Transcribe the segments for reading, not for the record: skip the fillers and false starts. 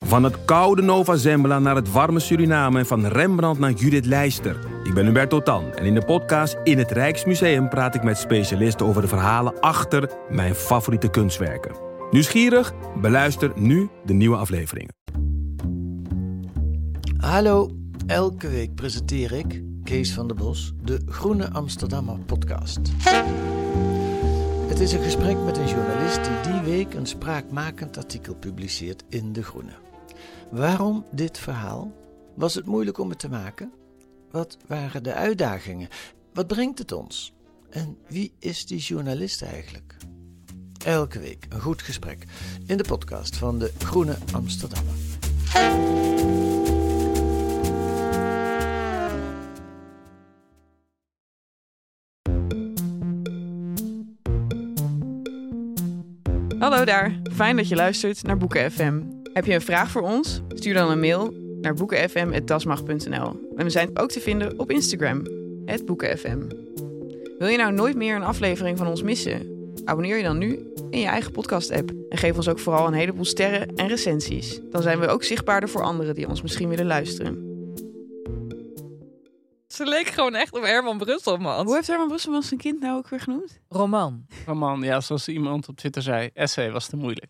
Van het koude Nova Zembla naar het warme Suriname en van Rembrandt naar Judith Leister. Ik ben Hubert Totan en in de podcast In het Rijksmuseum praat ik met specialisten over de verhalen achter mijn favoriete kunstwerken. Nieuwsgierig? Beluister nu de nieuwe afleveringen. Hallo, elke week presenteer ik, Kees van der Bos, de Groene Amsterdammer podcast. Het is een gesprek met een journalist die week een spraakmakend artikel publiceert in De Groene. Waarom dit verhaal? Was het moeilijk om het te maken? Wat waren de uitdagingen? Wat brengt het ons? En wie is die journalist eigenlijk? Elke week een goed gesprek in de podcast van de Groene Amsterdammer. Hallo daar, fijn dat je luistert naar Boeken FM. Heb je een vraag voor ons? Stuur dan een mail naar boekenfm@dasmag.nl. En we zijn ook te vinden op Instagram, @boekenfm. Wil je nou nooit meer een aflevering van ons missen? Abonneer je dan nu in je eigen podcast-app. En geef ons ook vooral een heleboel sterren en recensies. Dan zijn we ook zichtbaarder voor anderen die ons misschien willen luisteren. Ze leek gewoon echt op Herman Brusselmans. Hoe heeft Herman Brusselmans zijn kind nou ook weer genoemd? Roman. Roman, ja, zoals iemand op Twitter zei, essay was te moeilijk.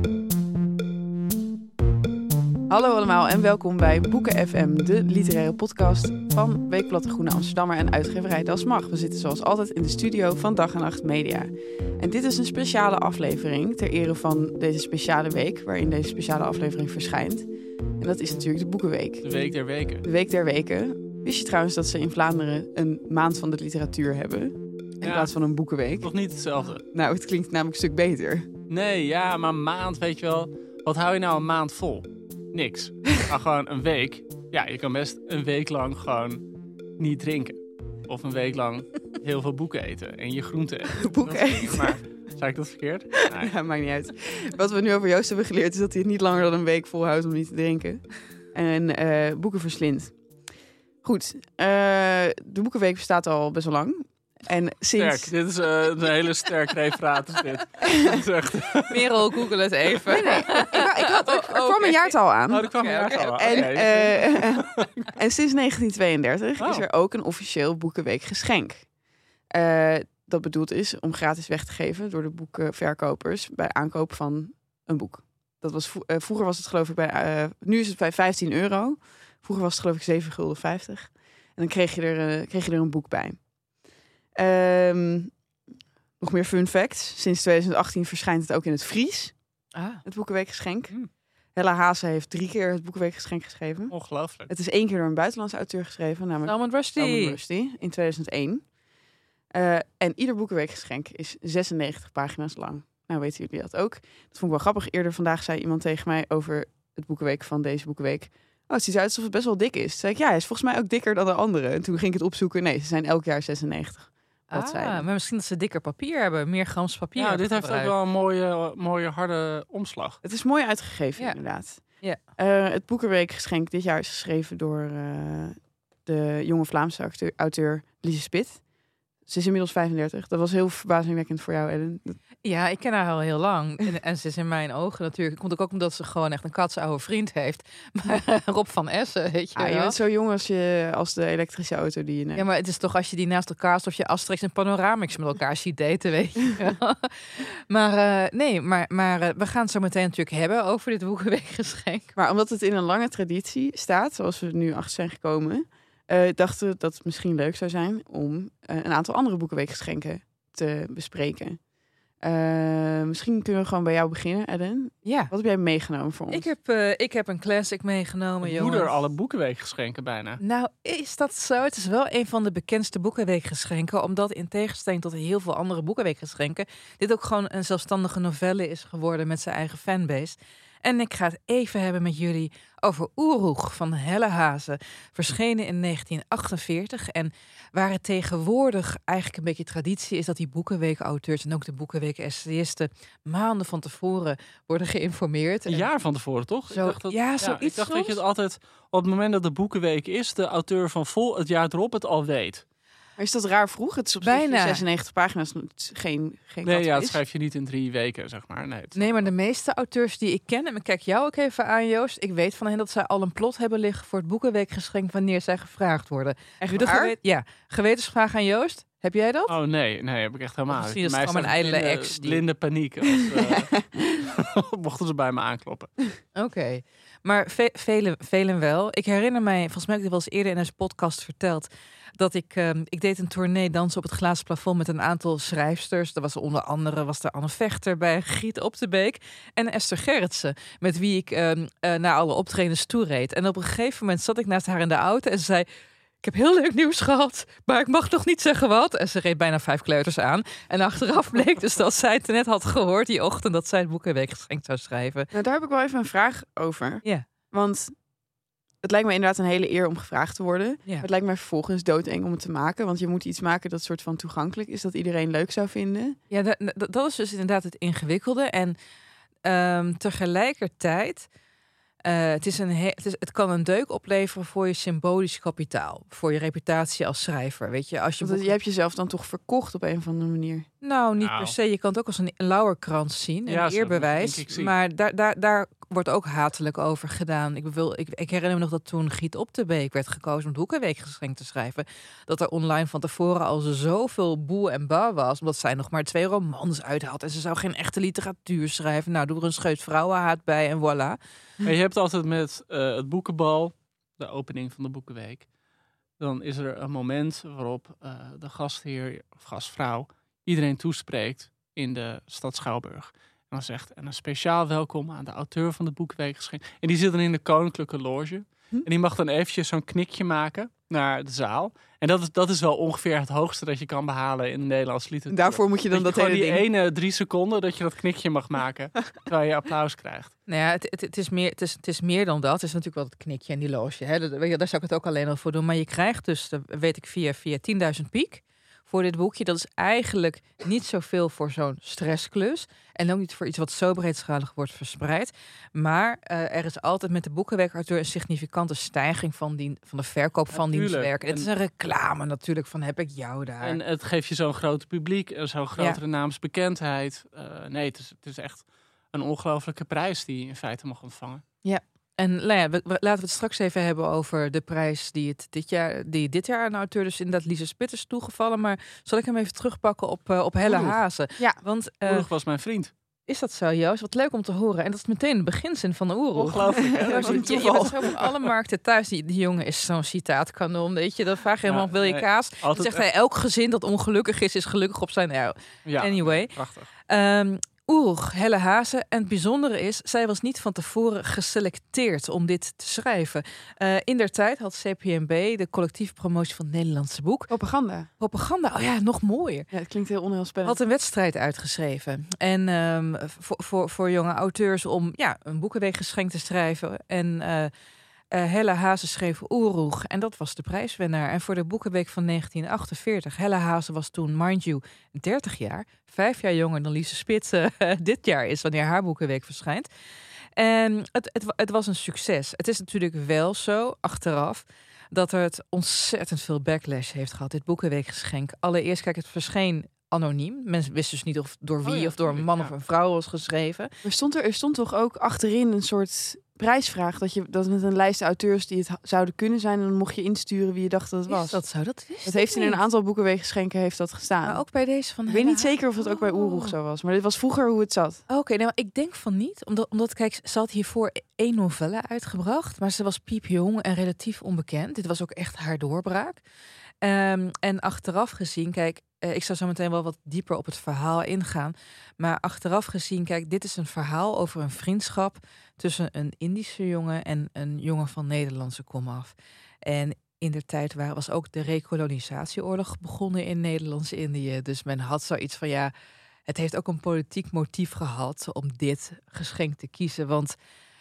Hallo allemaal en welkom bij Boeken FM, de literaire podcast van Weekblad De Groene Amsterdammer en uitgeverij Das Mag. We zitten zoals altijd in de studio van Dag en Nacht Media. En dit is een speciale aflevering ter ere van deze speciale week, waarin deze speciale aflevering verschijnt. En dat is natuurlijk de Boekenweek. De Week der Weken. De Week der Weken. Wist je trouwens dat ze in Vlaanderen een maand van de literatuur hebben? In plaats van een boekenweek? Toch niet hetzelfde? Nou, het klinkt namelijk een stuk beter. Nee, ja, maar maand, weet je wel. Wat hou je nou een maand vol? Niks. Maar gewoon een week. Ja, je kan best een week lang gewoon niet drinken. Of een week lang heel veel boeken eten. En je groenten eten. Boeken eten? Maar, zei ik dat verkeerd? Nee. Ja, maakt niet uit. Wat we nu over Joost hebben geleerd is dat hij het niet langer dan een week volhoudt om niet te drinken. En boeken verslindt. Goed, de Boekenweek bestaat al best wel lang. En sinds... Sterk, dit is een hele sterk referaat. Is dit. Dit is echt... Merel, google het even. Nee. Er kwam een jaartal aan. Oh, er kwam een jaartal aan. En sinds 1932 is er ook een officieel Boekenweekgeschenk. Dat bedoeld is om gratis weg te geven door de boekenverkopers bij aankoop van een boek. Dat was vroeger was het geloof ik nu is het bij €15. Vroeger was het geloof ik €7,50. En dan kreeg je er een boek bij. Nog meer fun facts. Sinds 2018 verschijnt het ook in het Fries. Het Boekenweekgeschenk. Hella Haase heeft 3 keer het Boekenweekgeschenk geschreven. Ongelooflijk. Het is 1 keer door een buitenlandse auteur geschreven. Namelijk Salman Rushdie. In 2001. En ieder Boekenweekgeschenk is 96 pagina's lang. Nou weten jullie dat ook. Dat vond ik wel grappig. Eerder vandaag zei iemand tegen mij over het Boekenweek van deze Boekenweek. Oh, het ziet eruit alsof het best wel dik is. Toen zei ik, ja, hij is volgens mij ook dikker dan de andere. En toen ging ik het opzoeken. Nee, ze zijn elk jaar 96. Maar misschien dat ze dikker papier hebben. Meer grams papier. Ja, dit heeft ook wel een mooie harde omslag. Het is mooi uitgegeven, inderdaad. Ja. Het Boekenweekgeschenk dit jaar is geschreven door de jonge Vlaamse auteur Lise Spit. Ze is inmiddels 35. Dat was heel verbazingwekkend voor jou, Ellen. Ja, ik ken haar al heel lang. En ze is in mijn ogen natuurlijk. Komt ook omdat ze gewoon echt een katsoude vriend heeft. Maar Rob van Essen, weet je wel. Je bent zo jong als de elektrische auto die je neemt. Ja, maar het is toch als je die naast elkaar... alsof je Asterix en Panoramix met elkaar ziet daten, weet je wel. Maar we gaan het zo meteen natuurlijk hebben over dit Boekenweekgeschenk. Maar omdat het in een lange traditie staat, zoals we er nu achter zijn gekomen... dachten we dat het misschien leuk zou zijn om een aantal andere Boekenweekgeschenken te bespreken. Misschien kunnen we gewoon bij jou beginnen, Ellen. Ja. Wat heb jij meegenomen voor ons? Ik heb een classic meegenomen, jongens. Moeder alle Boekenweekgeschenken bijna. Nou, is dat zo? Het is wel een van de bekendste Boekenweekgeschenken, omdat in tegenstelling tot heel veel andere Boekenweekgeschenken dit ook gewoon een zelfstandige novelle is geworden met zijn eigen fanbase. En ik ga het even hebben met jullie over Oeroeg van Hella Haase. Verschenen in 1948. En waar het tegenwoordig eigenlijk een beetje traditie is dat die Boekenweek-auteurs en ook de Boekenweek-essayisten maanden van tevoren worden geïnformeerd. Een jaar van tevoren, toch? Zo, ik dacht zoiets dat je het altijd op het moment dat de Boekenweek is, de auteur van het jaar erop het al weet. Maar is dat raar vroeg? Het is op Bijna. 96 pagina's. Het is geen Nee, ja, dat is. schrijf je niet in 3 weken, zeg maar. Nee, maar de meeste auteurs die ik ken, en ik kijk jou ook even aan, Joost. Ik weet van hen dat zij al een plot hebben liggen voor het Boekenweekgeschenk wanneer zij gevraagd worden. Echt Nu de waar? gewetensvraag aan Joost. Heb jij dat? Oh nee, heb ik echt helemaal. Misschien is Bij het mij gewoon een staat ijdele ex die- blinde paniek. Mochten ze bij me aankloppen. Oké. Maar velen wel. Ik herinner mij, volgens mij heb ik dit wel eens eerder in een podcast verteld, dat ik deed een tournee dansen op het glazen plafond met een aantal schrijfsters. Er was onder andere Anne Vechter bij, Griet Op de Beek en Esther Gerritsen, met wie ik naar alle optredens toe reed. En op een gegeven moment zat ik naast haar in de auto en ze zei: ik heb heel leuk nieuws gehad, maar ik mag nog niet zeggen wat. En ze reed bijna 5 kleuters aan. En achteraf bleek dus dat zij het net had gehoord die ochtend dat zij het Boekenweekgeschenk zou schrijven. Nou, daar heb ik wel even een vraag over. Ja. Want het lijkt me inderdaad een hele eer om gevraagd te worden. Ja. Maar het lijkt mij vervolgens doodeng om het te maken. Want je moet iets maken dat soort van toegankelijk is, dat iedereen leuk zou vinden. Ja, dat is dus inderdaad het ingewikkelde. En tegelijkertijd, het kan een deuk opleveren voor je symbolisch kapitaal. Voor je reputatie als schrijver. Weet je, als je Want je hebt jezelf dan toch verkocht op een of andere manier. Nou, niet Nou. per se. Je kan het ook als een lauwerkrans zien, een Ja, zo moet je eerbewijs. denk ik zien. Maar daar wordt ook hatelijk over gedaan. Ik herinner me nog dat toen Griet Op de Beek werd gekozen om het Boekenweekgeschenk te schrijven, dat er online van tevoren al zoveel boe en ba was, omdat zij nog maar 2 romans uit had en ze zou geen echte literatuur schrijven. Nou, doe er een scheut vrouwenhaat bij en voilà. Maar je hebt altijd met het boekenbal, de opening van de Boekenweek, dan is er een moment waarop de gastheer of gastvrouw iedereen toespreekt in de stad Schouwburg. En dan zegt, en een speciaal welkom aan de auteur van de Boekenweekgeschenk. En die zit dan in de koninklijke loge. En die mag dan eventjes zo'n knikje maken naar de zaal. En dat is wel ongeveer het hoogste dat je kan behalen in de Nederlandse literatuur. Daarvoor moet je dan dat gewoon hele die ding... ene 3 seconden dat je dat knikje mag maken, terwijl je applaus krijgt. Nou ja, het is meer dan dat. Het is natuurlijk wel het knikje en die loge. Hè. Daar zou ik het ook alleen al voor doen. Maar je krijgt dus, dat weet ik, via 10.000 piek voor dit boekje. Dat is eigenlijk niet zoveel voor zo'n stressklus. En ook niet voor iets wat zo breedschalig wordt verspreid. Maar er is altijd met de Boekenweekauteur een significante stijging van de verkoop van diens Natuurlijk. werk. En het is een reclame natuurlijk van heb ik jou daar. En het geeft je zo'n groot publiek, zo'n grotere naamsbekendheid. Nee, het is echt een ongelofelijke prijs die je in feite mag ontvangen. En nou ja, laten we het straks even hebben over de prijs die dit jaar aan de auteur, dus inderdaad Lise Spit is toegevallen. Maar zal ik hem even terugpakken op Helle Oeroeg. Hazen? Ja. Want Oeroeg was mijn vriend. is dat zo, Joost? Wat leuk om te horen. En dat is meteen de beginzin van de Oeroeg. Ongelooflijk, hè? Joost, Wat een je toeval. bent zo op alle markten thuis. Die jongen is zo'n citaatkanon, weet je. Dan vraag je hem Ja, af, wil je nee, kaas? Dan altijd zegt hij, elk gezin dat ongelukkig is gelukkig op zijn... Nou, Ja, Anyway. prachtig. Oeroeg, Helle Hazen. En het bijzondere is, zij was niet van tevoren geselecteerd om dit te schrijven. Indertijd had CPNB, de collectieve promotie van het Nederlandse boek, Propaganda. propaganda, oh ja, nog mooier, Ja, het klinkt heel onheilspellend. had een wedstrijd uitgeschreven. En voor jonge auteurs om een boekenweekgeschenk te schrijven. En Helle Hazen schreef Oeroeg. En dat was de prijswinnaar. En voor de Boekenweek van 1948. Helle Hazen was toen, mind you, 30 jaar. 5 jaar jonger dan Lise Spit dit jaar is, wanneer haar Boekenweek verschijnt. En het was een succes. Het is natuurlijk wel zo, achteraf, dat het ontzettend veel backlash heeft gehad, dit Boekenweekgeschenk. Allereerst, kijk, het verscheen anoniem. Mensen wisten dus niet of door wie of door een man of een vrouw was geschreven. Maar er stond toch ook achterin een soort prijsvraag dat met een lijst auteurs die het zouden kunnen zijn, en dan mocht je insturen wie je dacht dat het was. Is dat zo? Dat wist Dat ik heeft in een niet. aantal boekenweekgeschenken heeft dat gestaan. Maar ook bij deze van Ik weet niet Helle zeker of dat ook bij Oh. Oeroeg zo was, maar dit was vroeger hoe het zat. Oké, nou, ik denk van niet. Omdat, kijk, ze had hiervoor 1 novelle uitgebracht. Maar ze was piepjong en relatief onbekend. Dit was ook echt haar doorbraak. En achteraf gezien, kijk, ik zou zo meteen wel wat dieper op het verhaal ingaan. Maar achteraf gezien, kijk, dit is een verhaal over een vriendschap tussen een Indische jongen en een jongen van Nederlandse komaf. En indertijd was ook de rekolonisatieoorlog begonnen in Nederlands-Indië. Dus men had zoiets van, ja, het heeft ook een politiek motief gehad om dit geschenk te kiezen. Want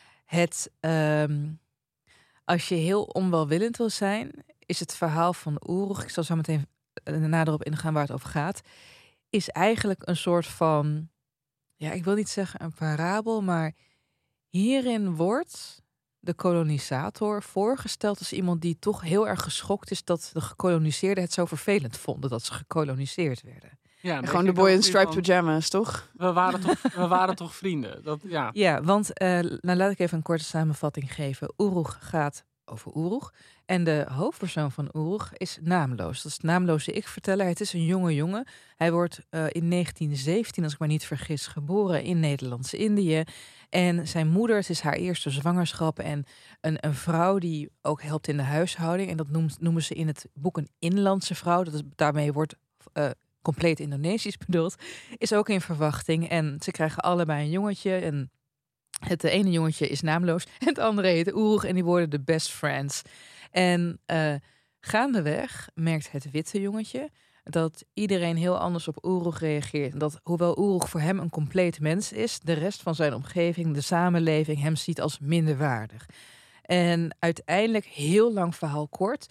als je heel onwelwillend wil zijn, is het verhaal van Oeroeg, ik zal zo meteen nader op ingaan waar het over gaat, is eigenlijk een soort van, ja, ik wil niet zeggen een parabel, maar hierin wordt de kolonisator voorgesteld als iemand die toch heel erg geschokt is dat de gekoloniseerden het zo vervelend vonden dat ze gekoloniseerd werden. Ja, Gewoon de boy in striped pyjama's, toch? We waren toch vrienden? Ja, want laat ik even een korte samenvatting geven. Uruk gaat over Uruk. En de hoofdpersoon van Uruk is naamloos. Dat is het naamloze ik-verteller. Het is een jonge jongen. Hij wordt in 1917, als ik me niet vergis, geboren in Nederlands-Indië. En zijn moeder, het is haar eerste zwangerschap. En een vrouw die ook helpt in de huishouding. En dat noemen ze in het boek een inlandse vrouw. Daarmee wordt compleet Indonesisch bedoeld. Is ook in verwachting. En ze krijgen allebei een jongetje. En het ene jongetje is naamloos. En het andere heet Uruk. En die worden de best friends. En gaandeweg merkt het witte jongetje dat iedereen heel anders op Uruk reageert. En dat hoewel Uruk voor hem een compleet mens is, de rest van zijn omgeving, de samenleving, hem ziet als minderwaardig. En uiteindelijk, heel lang verhaal kort,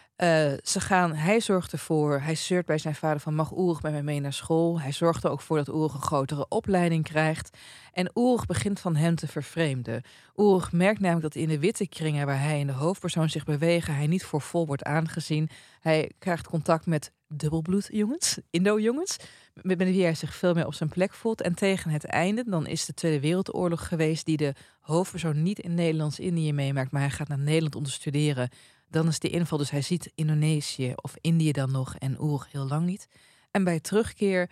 hij zorgt ervoor, hij zeurt bij zijn vader van mag Uruk met mij mee naar school. Hij zorgt er ook voor dat Uruk een grotere opleiding krijgt. En Uruk begint van hem te vervreemden. Uruk merkt namelijk dat in de witte kringen waar hij en de hoofdpersoon zich bewegen, hij niet voor vol wordt aangezien. Hij krijgt contact met dubbelbloedjongens, Indo-jongens, met wie hij zich veel meer op zijn plek voelt. En tegen het einde, dan is de Tweede Wereldoorlog geweest, die de hoofdpersoon niet in Nederlands-Indië meemaakt, maar hij gaat naar Nederland om te studeren. Dan is de inval, dus hij ziet Indonesië of Indië dan nog en Uruk heel lang niet. En bij terugkeer,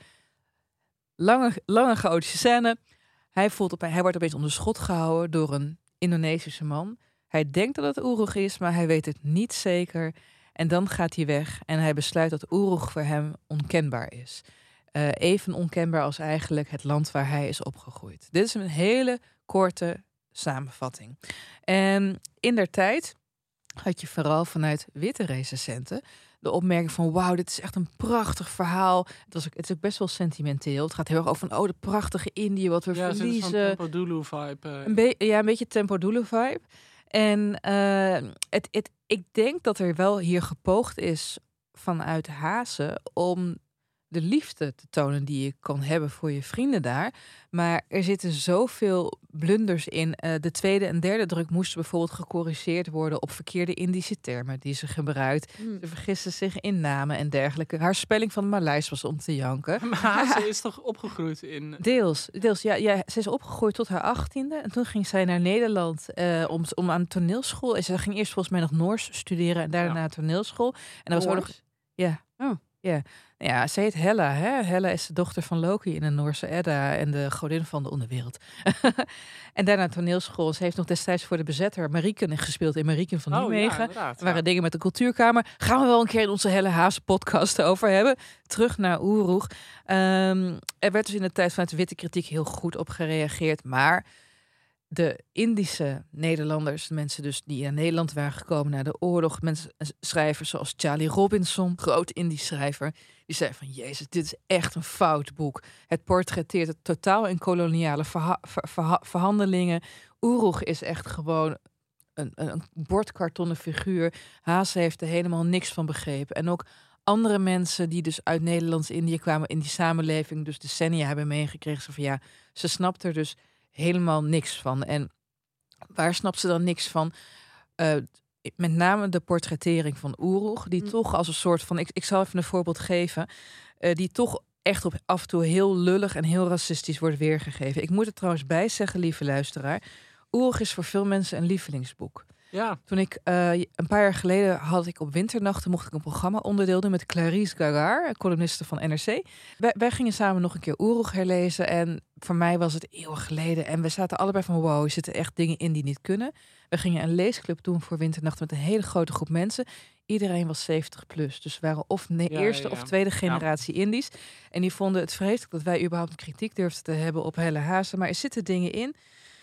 lange chaotische scène. Hij wordt opeens onder schot gehouden door een Indonesische man. Hij denkt dat het Uruk is, maar hij weet het niet zeker. En dan gaat hij weg en hij besluit dat Uruk voor hem onkenbaar is. Even onkenbaar als eigenlijk het land waar hij is opgegroeid. Dit is een hele korte samenvatting. En indertijd had je vooral vanuit witte recensenten de opmerking van wauw, dit is echt een prachtig verhaal. Het is ook best wel sentimenteel. Het gaat heel erg over van de prachtige Indië, wat we verliezen. Ja, Tempo Dulu vibe. Een beetje Tempo Dulu vibe. En ik denk dat er wel hier gepoogd is vanuit Haase om de liefde te tonen die je kan hebben voor je vrienden daar. Maar er zitten zoveel blunders in. De tweede en derde druk moesten bijvoorbeeld gecorrigeerd worden op verkeerde Indische termen die ze gebruikt. Ze vergiste zich in namen en dergelijke. Haar spelling van Maleis was om te janken. Maar ze is toch opgegroeid in... Deels. Ja, ze is opgegroeid tot haar 18e. En toen ging zij naar Nederland om aan de toneelschool. En ze ging eerst volgens mij nog Noors studeren en daarna naar de toneelschool. En dat was ook nog... Ja. Oh. Ja. Ja, ze heet Hela. Hè? Hela is de dochter van Loki in de Noorse Edda en de godin van de onderwereld. En daarna toneelschool. Ze heeft nog destijds voor de bezetter Marieken gespeeld in Marieken van Nijmegen. Er waren dingen met de cultuurkamer. Gaan we wel een keer in onze Helle Haase podcast over hebben. Terug naar Uruk. Er werd dus in de tijd vanuit de witte kritiek heel goed op gereageerd. Maar de Indische Nederlanders, mensen dus die naar Nederland waren gekomen na de oorlog, schrijvers zoals Charlie Robinson, groot Indisch schrijver, die zei van jezus, dit is echt een fout boek. Het portretteert het totaal in koloniale verhandelingen. Uruk is echt gewoon een bordkartonnen figuur. Haase heeft er helemaal niks van begrepen. En ook andere mensen die dus uit Nederlands-Indië kwamen in die samenleving, dus decennia hebben meegekregen van ze snapt er dus helemaal niks van. En waar snapt ze dan niks van? Met name de portrettering van Uruk, die toch als een soort van... Ik zal even een voorbeeld geven. Die toch echt op af en toe heel lullig en heel racistisch wordt weergegeven. Ik moet er trouwens bij zeggen, lieve luisteraar. Uruk is voor veel mensen een lievelingsboek. Ja. Toen ik een paar jaar geleden had ik op winternachten mocht ik een programma onderdeel doen met Clarice Gagar, columniste van NRC. Wij gingen samen nog een keer Uruk herlezen en voor mij was het eeuwen geleden en we zaten allebei van wow, er zitten echt dingen in die niet kunnen. We gingen een leesclub doen voor winternachten met een hele grote groep mensen. Iedereen was 70 plus, dus we waren of eerste of tweede generatie Indisch. En die vonden het vreselijk dat wij überhaupt een kritiek durfden te hebben op Helle Haase, maar er zitten dingen in.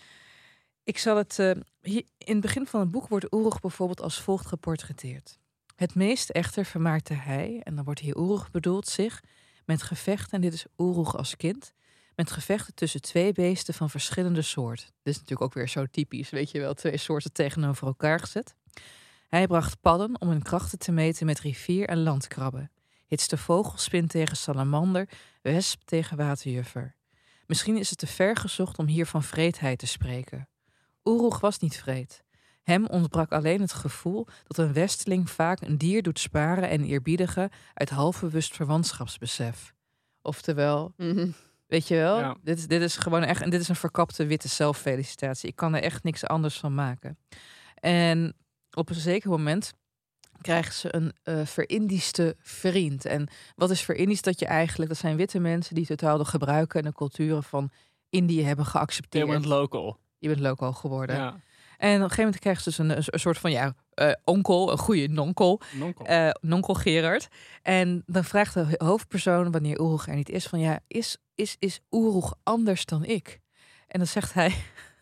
Ik zal het... in het begin van het boek wordt Uruk bijvoorbeeld als volgt geportretteerd. Het meest echter vermaakte hij, en dan wordt hier Uruk bedoeld, zich met gevechten, en dit is Uruk als kind, met gevechten tussen twee beesten van verschillende soorten. Dit is natuurlijk ook weer zo typisch, weet je wel, twee soorten tegenover elkaar gezet. Hij bracht padden om hun krachten te meten met rivier- en landkrabben. Hitste vogelspin tegen salamander, wesp tegen waterjuffer. Misschien is het te ver gezocht om hier van vreedheid te spreken. Uruk was niet vreed. Hem ontbrak alleen het gevoel dat een westeling vaak een dier doet sparen en eerbiedigen uit halfbewust verwantschapsbesef. Oftewel, weet je wel, Ja. dit is gewoon echt, en dit is een verkapte witte zelffelicitatie. Ik kan er echt niks anders van maken. En op een zeker moment krijgen ze een ver-Indische vriend. En wat is ver-Indisch? Dat zijn witte mensen die totaal de gebruiken en de culturen van Indië hebben geaccepteerd. Je bent local. Je bent local geworden. Ja. En op een gegeven moment krijgen ze dus een soort van onkel, een goede nonkel. Nonkel. Nonkel Gerard. En dan vraagt de hoofdpersoon, wanneer Oeroeg er niet is, van is Oeroeg anders dan ik? En dan zegt hij,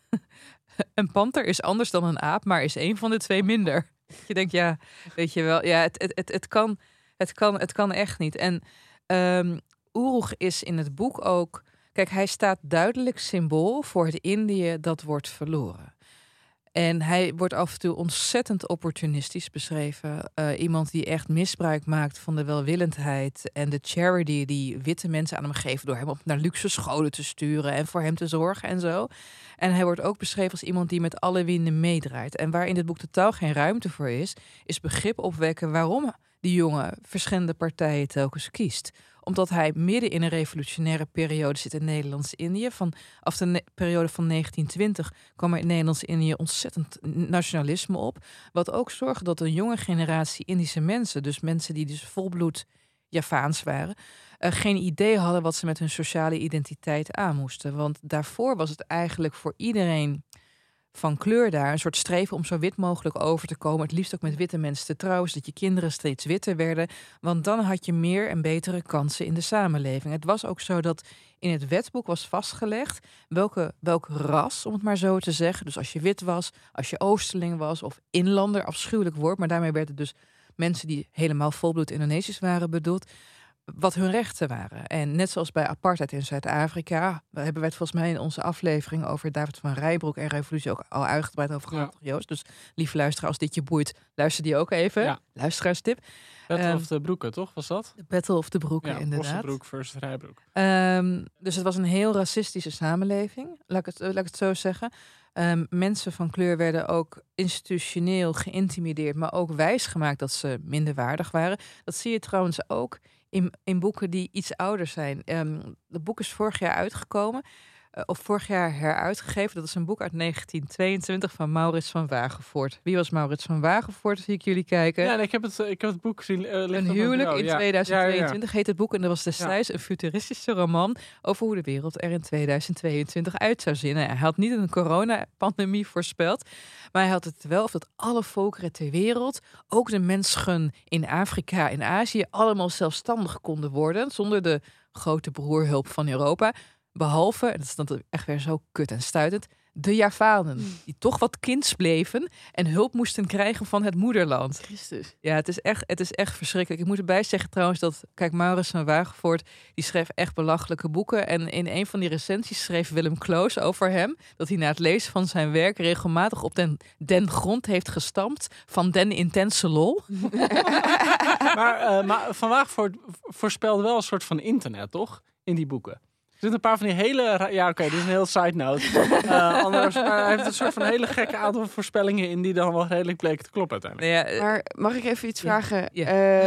een panter is anders dan een aap, maar is één van de twee minder. Je denkt, ja, weet je wel, ja, het kan echt niet. En Oeroeg is in het boek ook, kijk, hij staat duidelijk symbool voor het Indië dat wordt verloren. En hij wordt af en toe ontzettend opportunistisch beschreven. Iemand die echt misbruik maakt van de welwillendheid en de charity die witte mensen aan hem geven door hem op naar luxe scholen te sturen en voor hem te zorgen en zo. En hij wordt ook beschreven als iemand die met alle winden meedraait. En waar in dit boek totaal geen ruimte voor is begrip opwekken waarom die jongen verschillende partijen telkens kiest. Omdat hij midden in een revolutionaire periode zit in Nederlands-Indië. Vanaf de periode van 1920 kwam er in Nederlands-Indië ontzettend nationalisme op. Wat ook zorgde dat een jonge generatie Indische mensen, dus mensen die dus volbloed Javaans waren, geen idee hadden wat ze met hun sociale identiteit aan moesten. Want daarvoor was het eigenlijk voor iedereen van kleur daar een soort streven om zo wit mogelijk over te komen. Het liefst ook met witte mensen te trouwen, zodat je kinderen steeds witter werden. Want dan had je meer en betere kansen in de samenleving. Het was ook zo dat in het wetboek was vastgelegd welk ras, om het maar zo te zeggen. Dus als je wit was, als je oosterling was of inlander, afschuwelijk woord. Maar daarmee werden dus mensen die helemaal volbloed Indonesisch waren bedoeld, wat hun rechten waren. En net zoals bij apartheid in Zuid-Afrika, daar hebben wij het volgens mij in onze aflevering over David van Rijbroek en revolutie ook al uitgebreid over gehad, Joost. Dus lieve luisteraar, als dit je boeit, luister die ook even. Ja. Luisteraarstip. Battle of de Broeken, toch? Was dat? De Battle of de Broeken, inderdaad. Ossenbroek versus Rijbroek. Dus het was een heel racistische samenleving, laat ik het zo zeggen. Mensen van kleur werden ook institutioneel geïntimideerd, maar ook wijsgemaakt dat ze minderwaardig waren. Dat zie je trouwens ook in boeken die iets ouder zijn. Het boek is vorig jaar uitgekomen, of vorig jaar heruitgegeven. Dat is een boek uit 1922 van Maurits van Wagevoort. Wie was Maurits van Wagevoort? Zie ik jullie kijken. Ja, ik heb het boek gezien. Een huwelijk in 2022 heet het boek. En dat was destijds een futuristische roman over hoe de wereld er in 2022 uit zou zien. Hij had niet een coronapandemie voorspeld, maar hij had het wel of dat alle volkeren ter wereld, ook de mensen in Afrika en Azië, allemaal zelfstandig konden worden zonder de grote broerhulp van Europa. Behalve, en dat is dan echt weer zo kut en stuitend, de Javanen, die toch wat kinds bleven en hulp moesten krijgen van het moederland. Christus. Ja, het is echt verschrikkelijk. Ik moet erbij zeggen trouwens dat, kijk, Maurits van Wagevoort, die schreef echt belachelijke boeken. En in een van die recensies schreef Willem Kloos over hem, dat hij na het lezen van zijn werk regelmatig op den grond heeft gestampt van den intense lol. Maar Van Wagevoort voorspelde wel een soort van internet, toch? In die boeken. Er zitten een paar van die hele... Ja, oké, dit is een heel side note. Hij heeft een soort van hele gekke aantal voorspellingen in die dan wel redelijk bleken te kloppen uiteindelijk. Ja, Maar mag ik even iets vragen? Ja.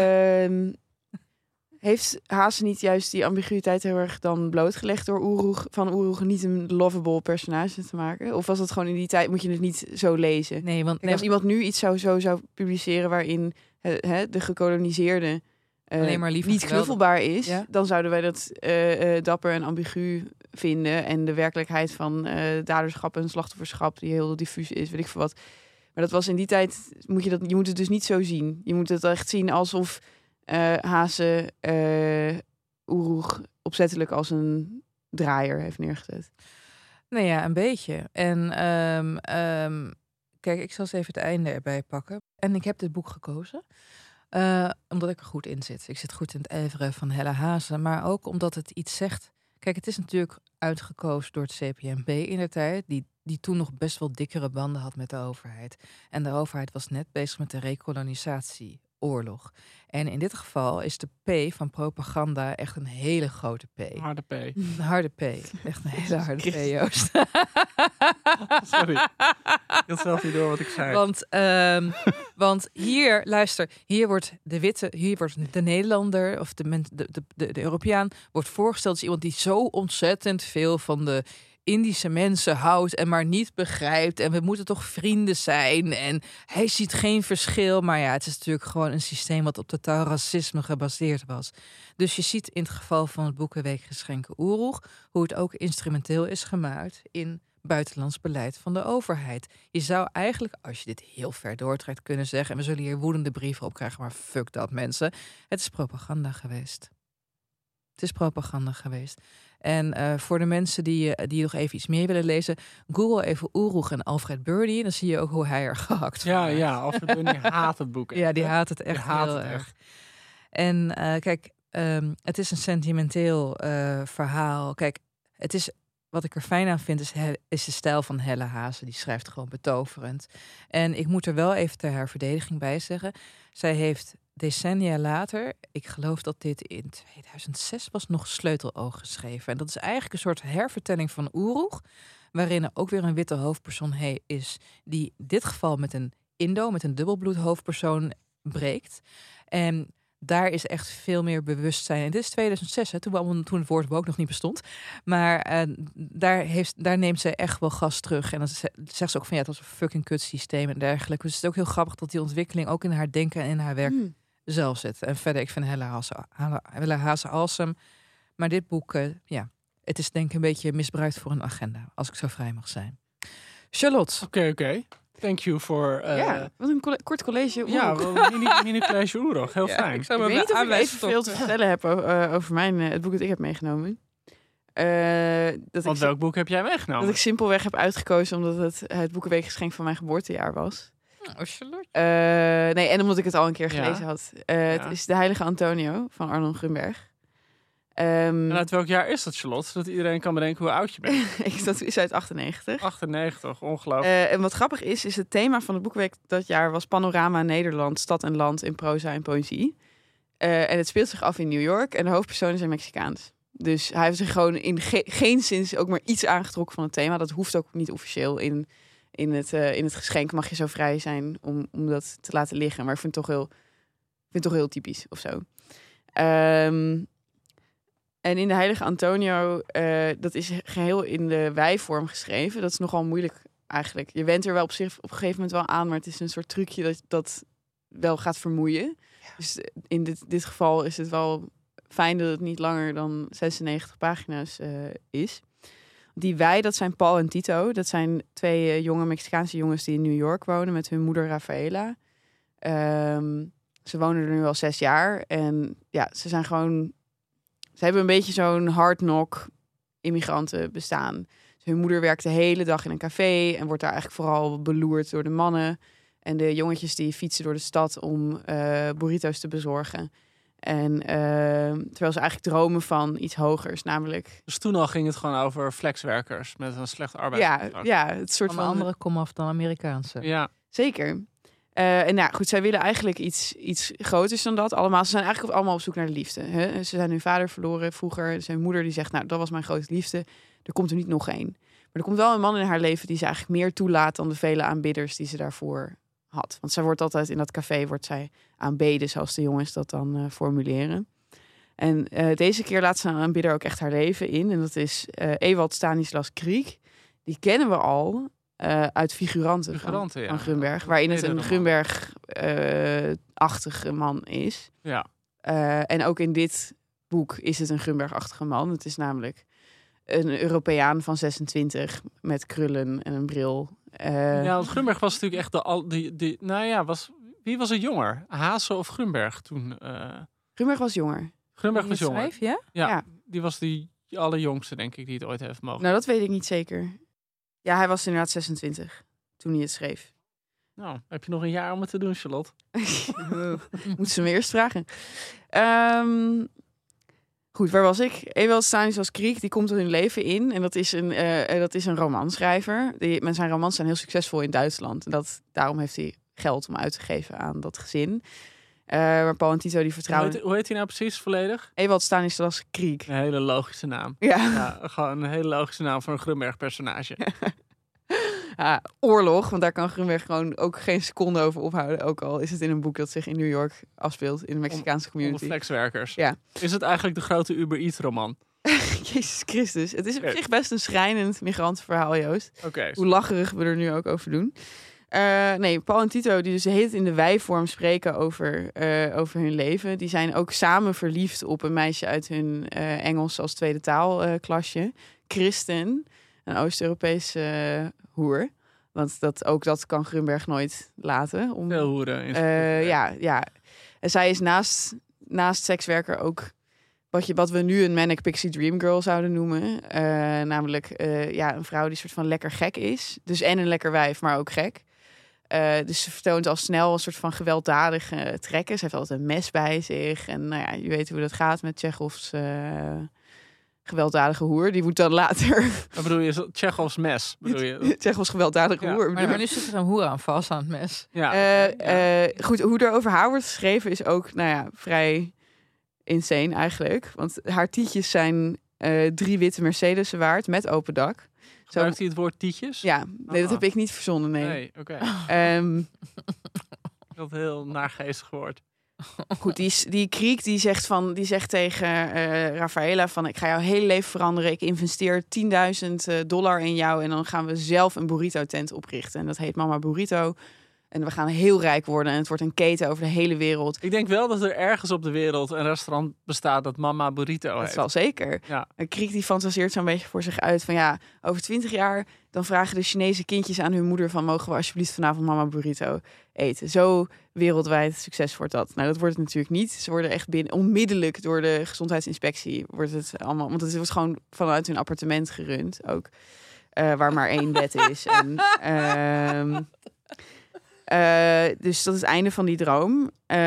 Heeft Haase niet juist die ambiguïteit heel erg dan blootgelegd door Oeroeg niet een lovable personage te maken? Of was het gewoon in die tijd, moet je het niet zo lezen? Nee, want Als iemand nu iets zou publiceren waarin de gekoloniseerde alleen maar lief en niet geweldig knuffelbaar is, Ja. dan zouden wij dat dapper en ambigu vinden. En de werkelijkheid van daderschap en slachtofferschap, die heel diffuus is, weet ik veel wat. Maar dat was in die tijd, je moet het dus niet zo zien. Je moet het echt zien alsof Haase Oeroeg opzettelijk als een draaier heeft neergezet. Nou ja, een beetje. En kijk, ik zal eens even het einde erbij pakken. En ik heb dit boek gekozen omdat ik er goed in zit. Ik zit goed in het oeuvre van Helle Haase, maar ook omdat het iets zegt. Kijk, het is natuurlijk uitgekozen door het CPNP indertijd, die toen nog best wel dikkere banden had met de overheid. En de overheid was net bezig met de rekolonisatie oorlog. En in dit geval is de P van propaganda echt een hele grote P. Harde P. Een harde P. Echt een hele harde P, Joost. Sorry. Ik had zelf niet door wat ik zei. Want hier, luister, hier wordt de Nederlander of de Europeaan wordt voorgesteld als iemand die zo ontzettend veel van de Indische mensen houdt en maar niet begrijpt. En we moeten toch vrienden zijn. En hij ziet geen verschil. Maar ja, het is natuurlijk gewoon een systeem wat op totaal racisme gebaseerd was. Dus je ziet in het geval van het Boekenweekgeschenken Oeroeg hoe het ook instrumenteel is gemaakt in buitenlands beleid van de overheid. Je zou eigenlijk, als je dit heel ver doortrekt, kunnen zeggen, en we zullen hier woedende brieven op krijgen, maar fuck dat mensen. Het is propaganda geweest. Het is propaganda geweest. En voor de mensen die nog even iets meer willen lezen, Google even Oeroeg en Alfred Birdie. Dan zie je ook hoe hij er gehakt wordt. Ja, Alfred Birdie haat het boek. Ja, die haat het echt heel erg. En kijk, het is een sentimenteel verhaal. Kijk, het is, wat ik er fijn aan vind, is de stijl van Helle Haase. Die schrijft gewoon betoverend. En ik moet er wel even ter haar verdediging bij zeggen. Zij heeft decennia later, ik geloof dat dit in 2006 was, nog Sleuteloog geschreven. En dat is eigenlijk een soort hervertelling van Oeroeg, waarin er ook weer een witte hoofdpersoon is, die in dit geval met een Indo, met een dubbelbloed hoofdpersoon breekt. En daar is echt veel meer bewustzijn. En dit is 2006, hè, toen het woord woke nog niet bestond. Maar daar neemt zij echt wel gas terug. En dan zegt ze ook van ja, dat is een fucking kut systeem en dergelijke. Dus het is ook heel grappig dat die ontwikkeling ook in haar denken en in haar werk zelf zit. En verder, ik vind Helle Haase awesome. Maar dit boek, het is denk ik een beetje misbruikt voor een agenda. Als ik zo vrij mag zijn. Charlotte. Oké. Thank you voor... wat een kort college Oeroeg. Ja, mini-college Oeroeg. Heel fijn. Ik weet niet of ik evenveel te vertellen heb over het boek dat ik heb meegenomen. Welk boek heb jij meegenomen? Dat ik simpelweg heb uitgekozen omdat het Boekenweekgeschenk van mijn geboortejaar was. Charlotte. En omdat ik het al een keer gelezen had. Het is De Heilige Antonio van Arnon Grunberg. En uit welk jaar is dat, Charlotte? Zodat iedereen kan bedenken hoe oud je bent. Dat is uit 98. 98, ongelooflijk. En wat grappig is het thema van het Boekenweek dat jaar was Panorama Nederland, stad en land in proza en poëzie. En het speelt zich af in New York en de hoofdpersonen zijn Mexicaans. Dus hij heeft zich gewoon in geen zin ook maar iets aangetrokken van het thema. Dat hoeft ook niet officieel. In het geschenk mag je zo vrij zijn om dat te laten liggen. Maar ik vind het toch heel typisch of zo. En in De Heilige Antonio, dat is geheel in de wij-vorm geschreven. Dat is nogal moeilijk eigenlijk. Je went er wel op zich op een gegeven moment wel aan, maar het is een soort trucje dat wel gaat vermoeien. Ja. Dus in dit geval is het wel fijn dat het niet langer dan 96 pagina's is. Die wij, dat zijn Paul en Tito. Dat zijn twee jonge Mexicaanse jongens die in New York wonen met hun moeder Rafaela. Ze wonen er nu al 6 jaar. En ja, ze zijn gewoon... Ze hebben een beetje zo'n hard knock immigranten bestaan. Dus hun moeder werkt de hele dag in een café en wordt daar eigenlijk vooral beloerd door de mannen. En de jongetjes die fietsen door de stad om burrito's te bezorgen. En terwijl ze eigenlijk dromen van iets hogers, namelijk... Dus toen al ging het gewoon over flexwerkers met een slecht arbeidscontract. Ja, het soort van... andere komaf dan Amerikaanse. Ja. Zeker. En nou goed, zij willen eigenlijk iets groters dan dat allemaal. Ze zijn eigenlijk allemaal op zoek naar de liefde. Hè? Ze zijn hun vader verloren vroeger. Zijn moeder die zegt, nou, dat was mijn grote liefde. Er komt er niet nog één. Maar er komt wel een man in haar leven die ze eigenlijk meer toelaat dan de vele aanbidders die ze daarvoor had. Want zij wordt altijd in dat café aanbeden, zoals de jongens dat dan formuleren. En deze keer laat ze een aanbidder ook echt haar leven in. En dat is Ewald Stanislas Kriek. Die kennen we al... uit Figuranten van Grunberg. Waarin het een Grunberg-achtige man is. Ja. En ook in dit boek is het een Grunberg-achtige man. Het is namelijk een Europeaan van 26 met krullen en een bril. Want Grunberg was natuurlijk echt wie was er jonger? Haase of Grunberg toen? Grunberg was jonger. Grunberg was jonger. Schrijf, Ja, die was die allerjongste, denk ik, die het ooit heeft mogen. Nou, dat weet ik niet zeker. Ja, hij was inderdaad 26 toen hij het schreef. Nou, heb je nog een jaar om het te doen, Charlotte? Moeten ze me eerst vragen. Goed, waar was ik? Ewald Stanislas Kriek, die komt er hun leven in. En dat is een romanschrijver. Met zijn romans zijn heel succesvol in Duitsland. En daarom heeft hij geld om uit te geven aan dat gezin. Maar Paul en Tito die vertrouwen... Hoe heet hij nou precies volledig? Ewald Stanislas Kriek. Een hele logische naam. Ja. Ja, gewoon een hele logische naam voor een Grunberg-personage. Ja, oorlog, want daar kan Grunberg gewoon ook geen seconde over ophouden. Ook al is het in een boek dat zich in New York afspeelt, in de Mexicaanse community. Onder flexwerkers. Ja. Is het eigenlijk de grote Uber Eats roman? Jezus Christus. Het is op zich best een schrijnend migrantenverhaal, Joost. Oké. Hoe lacherig we er nu ook over doen. Nee, Paul en Tito, die dus heet in de wij-vorm spreken over hun leven. Die zijn ook samen verliefd op een meisje uit hun Engels als tweede taal klasje. Kristen, een Oost-Europese hoer. Want dat kan Grunberg nooit laten. Veel hoeren. Ja. En zij is naast sekswerker ook wat we nu een manic pixie dream girl zouden noemen. Namelijk een vrouw die soort van lekker gek is. Dus en een lekker wijf, maar ook gek. Dus ze vertoont al snel een soort van gewelddadige trekken. Ze heeft altijd een mes bij zich. En nou ja, je weet hoe dat gaat met Tjechovs gewelddadige hoer. Die moet dan later... Wat bedoel je? Tjechovs mes? Bedoel je? Tjechovs gewelddadige hoer. Maar nu zit er een hoer aan vast aan het mes. Ja. Goed, hoe er over haar wordt geschreven is ook vrij insane eigenlijk. Want haar tietjes zijn 3 witte Mercedes'en waard met open dak. Gebruikt hij het woord tietjes? Ja, nee, dat heb ik niet verzonnen, nee. Oké. Dat heel naargeestig woord. Goed, die Kriek die zegt tegen Rafaela van... ik ga jouw hele leven veranderen. Ik investeer $10.000 in jou... en dan gaan we zelf een burrito-tent oprichten. En dat heet Mama Burrito. En we gaan heel rijk worden. En het wordt een keten over de hele wereld. Ik denk wel dat er ergens op de wereld een restaurant bestaat... dat Mama Burrito heet. Dat is wel zeker. Ja. Een Kriek die fantaseert zo'n beetje voor zich uit van... over 20 jaar dan vragen de Chinese kindjes aan hun moeder... van mogen we alsjeblieft vanavond Mama Burrito eten. Zo wereldwijd succes wordt dat. Nou, dat wordt het natuurlijk niet. Ze worden echt onmiddellijk door de gezondheidsinspectie... wordt het allemaal... want het wordt gewoon vanuit hun appartement gerund ook. Waar maar 1 bed is. En... dus dat is het einde van die droom.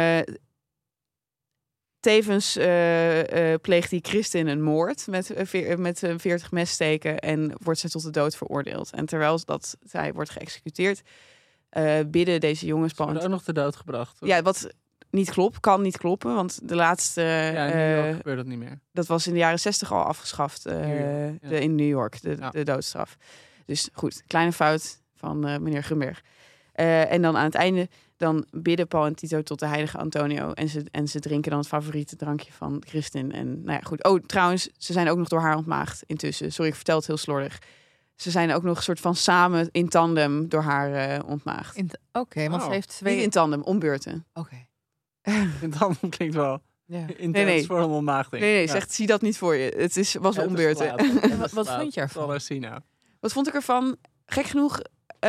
Tevens pleegt die Christin een moord met 40 messteken en wordt ze tot de dood veroordeeld. En terwijl zij wordt geëxecuteerd, bidden deze jongens... Ze worden ook nog te dood gebracht. Ja, wat niet kan niet kloppen, want de laatste... in New York gebeurt dat niet meer. Dat was in de jaren 60 al afgeschaft in New York, de doodstraf. Dus goed, kleine fout van meneer Grunberg. En dan aan het einde, dan bidden Paul en Tito tot de heilige Antonio. En ze drinken dan het favoriete drankje van Christin. En nou ja, goed. Oh, trouwens, ze zijn ook nog door haar ontmaagd intussen. Sorry, ik vertel het heel slordig. Ze zijn ook nog een soort van samen in tandem door haar ontmaagd. Oké, want ze heeft 2... Niet in tandem, om beurten. Oké. In tandem klinkt wel Nee. voor een ontmaagding. Nee, zegt, zie dat niet voor je. Was om beurten. Wat vond je ervan? Wat vond ik ervan? Gek genoeg...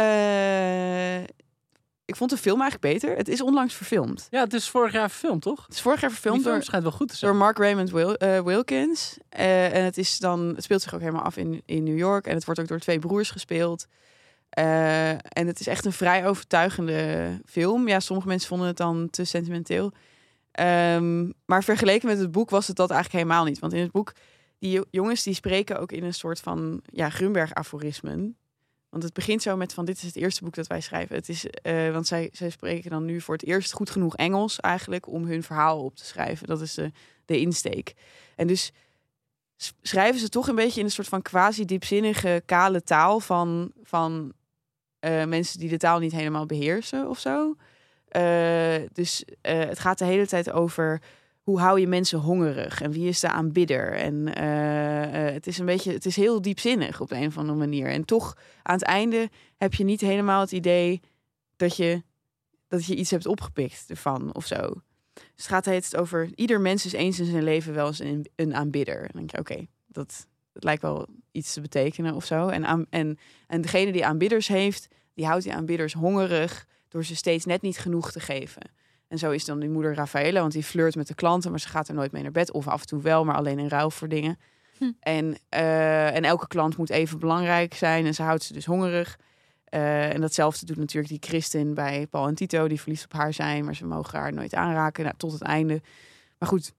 ik vond de film eigenlijk beter. Het is onlangs verfilmd. Ja, het is vorig jaar verfilmd, toch? Het is vorig jaar verfilmd. Die film schijnt wel goed te zijn. Door Mark Raymond Wilkins. En het speelt zich ook helemaal af in New York. En het wordt ook door 2 broers gespeeld. En het is echt een vrij overtuigende film. Ja, sommige mensen vonden het dan te sentimenteel. Maar vergeleken met het boek was het dat eigenlijk helemaal niet. Want in het boek, die jongens die spreken ook in een soort van Grunberg-aforismen. Want het begint zo met van dit is het eerste boek dat wij schrijven. Het is, want zij spreken dan nu voor het eerst goed genoeg Engels eigenlijk om hun verhaal op te schrijven. Dat is de insteek. En dus schrijven ze toch een beetje in een soort van quasi-diepzinnige, kale taal van mensen die de taal niet helemaal beheersen of zo. Dus het gaat de hele tijd over hoe hou je mensen hongerig en wie is de aanbidder. En het is heel diepzinnig op de een of andere manier. En toch aan het einde heb je niet helemaal het idee dat je iets hebt opgepikt ervan of zo. Dus het gaat het over ieder mens is eens in zijn leven wel eens een aanbidder. Dan denk je, oké, dat lijkt wel iets te betekenen of zo. En degene die aanbidders heeft, die houdt die aanbidders hongerig door ze steeds net niet genoeg te geven. En zo is dan die moeder Rafaela, want die flirt met de klanten, maar ze gaat er nooit mee naar bed. Of af en toe wel, maar alleen in ruil voor dingen. En elke klant moet even belangrijk zijn en ze houdt ze dus hongerig. En datzelfde doet natuurlijk die Christin bij Paul en Tito, die verliefd op haar zijn, maar ze mogen haar nooit aanraken, tot het einde. Maar goed.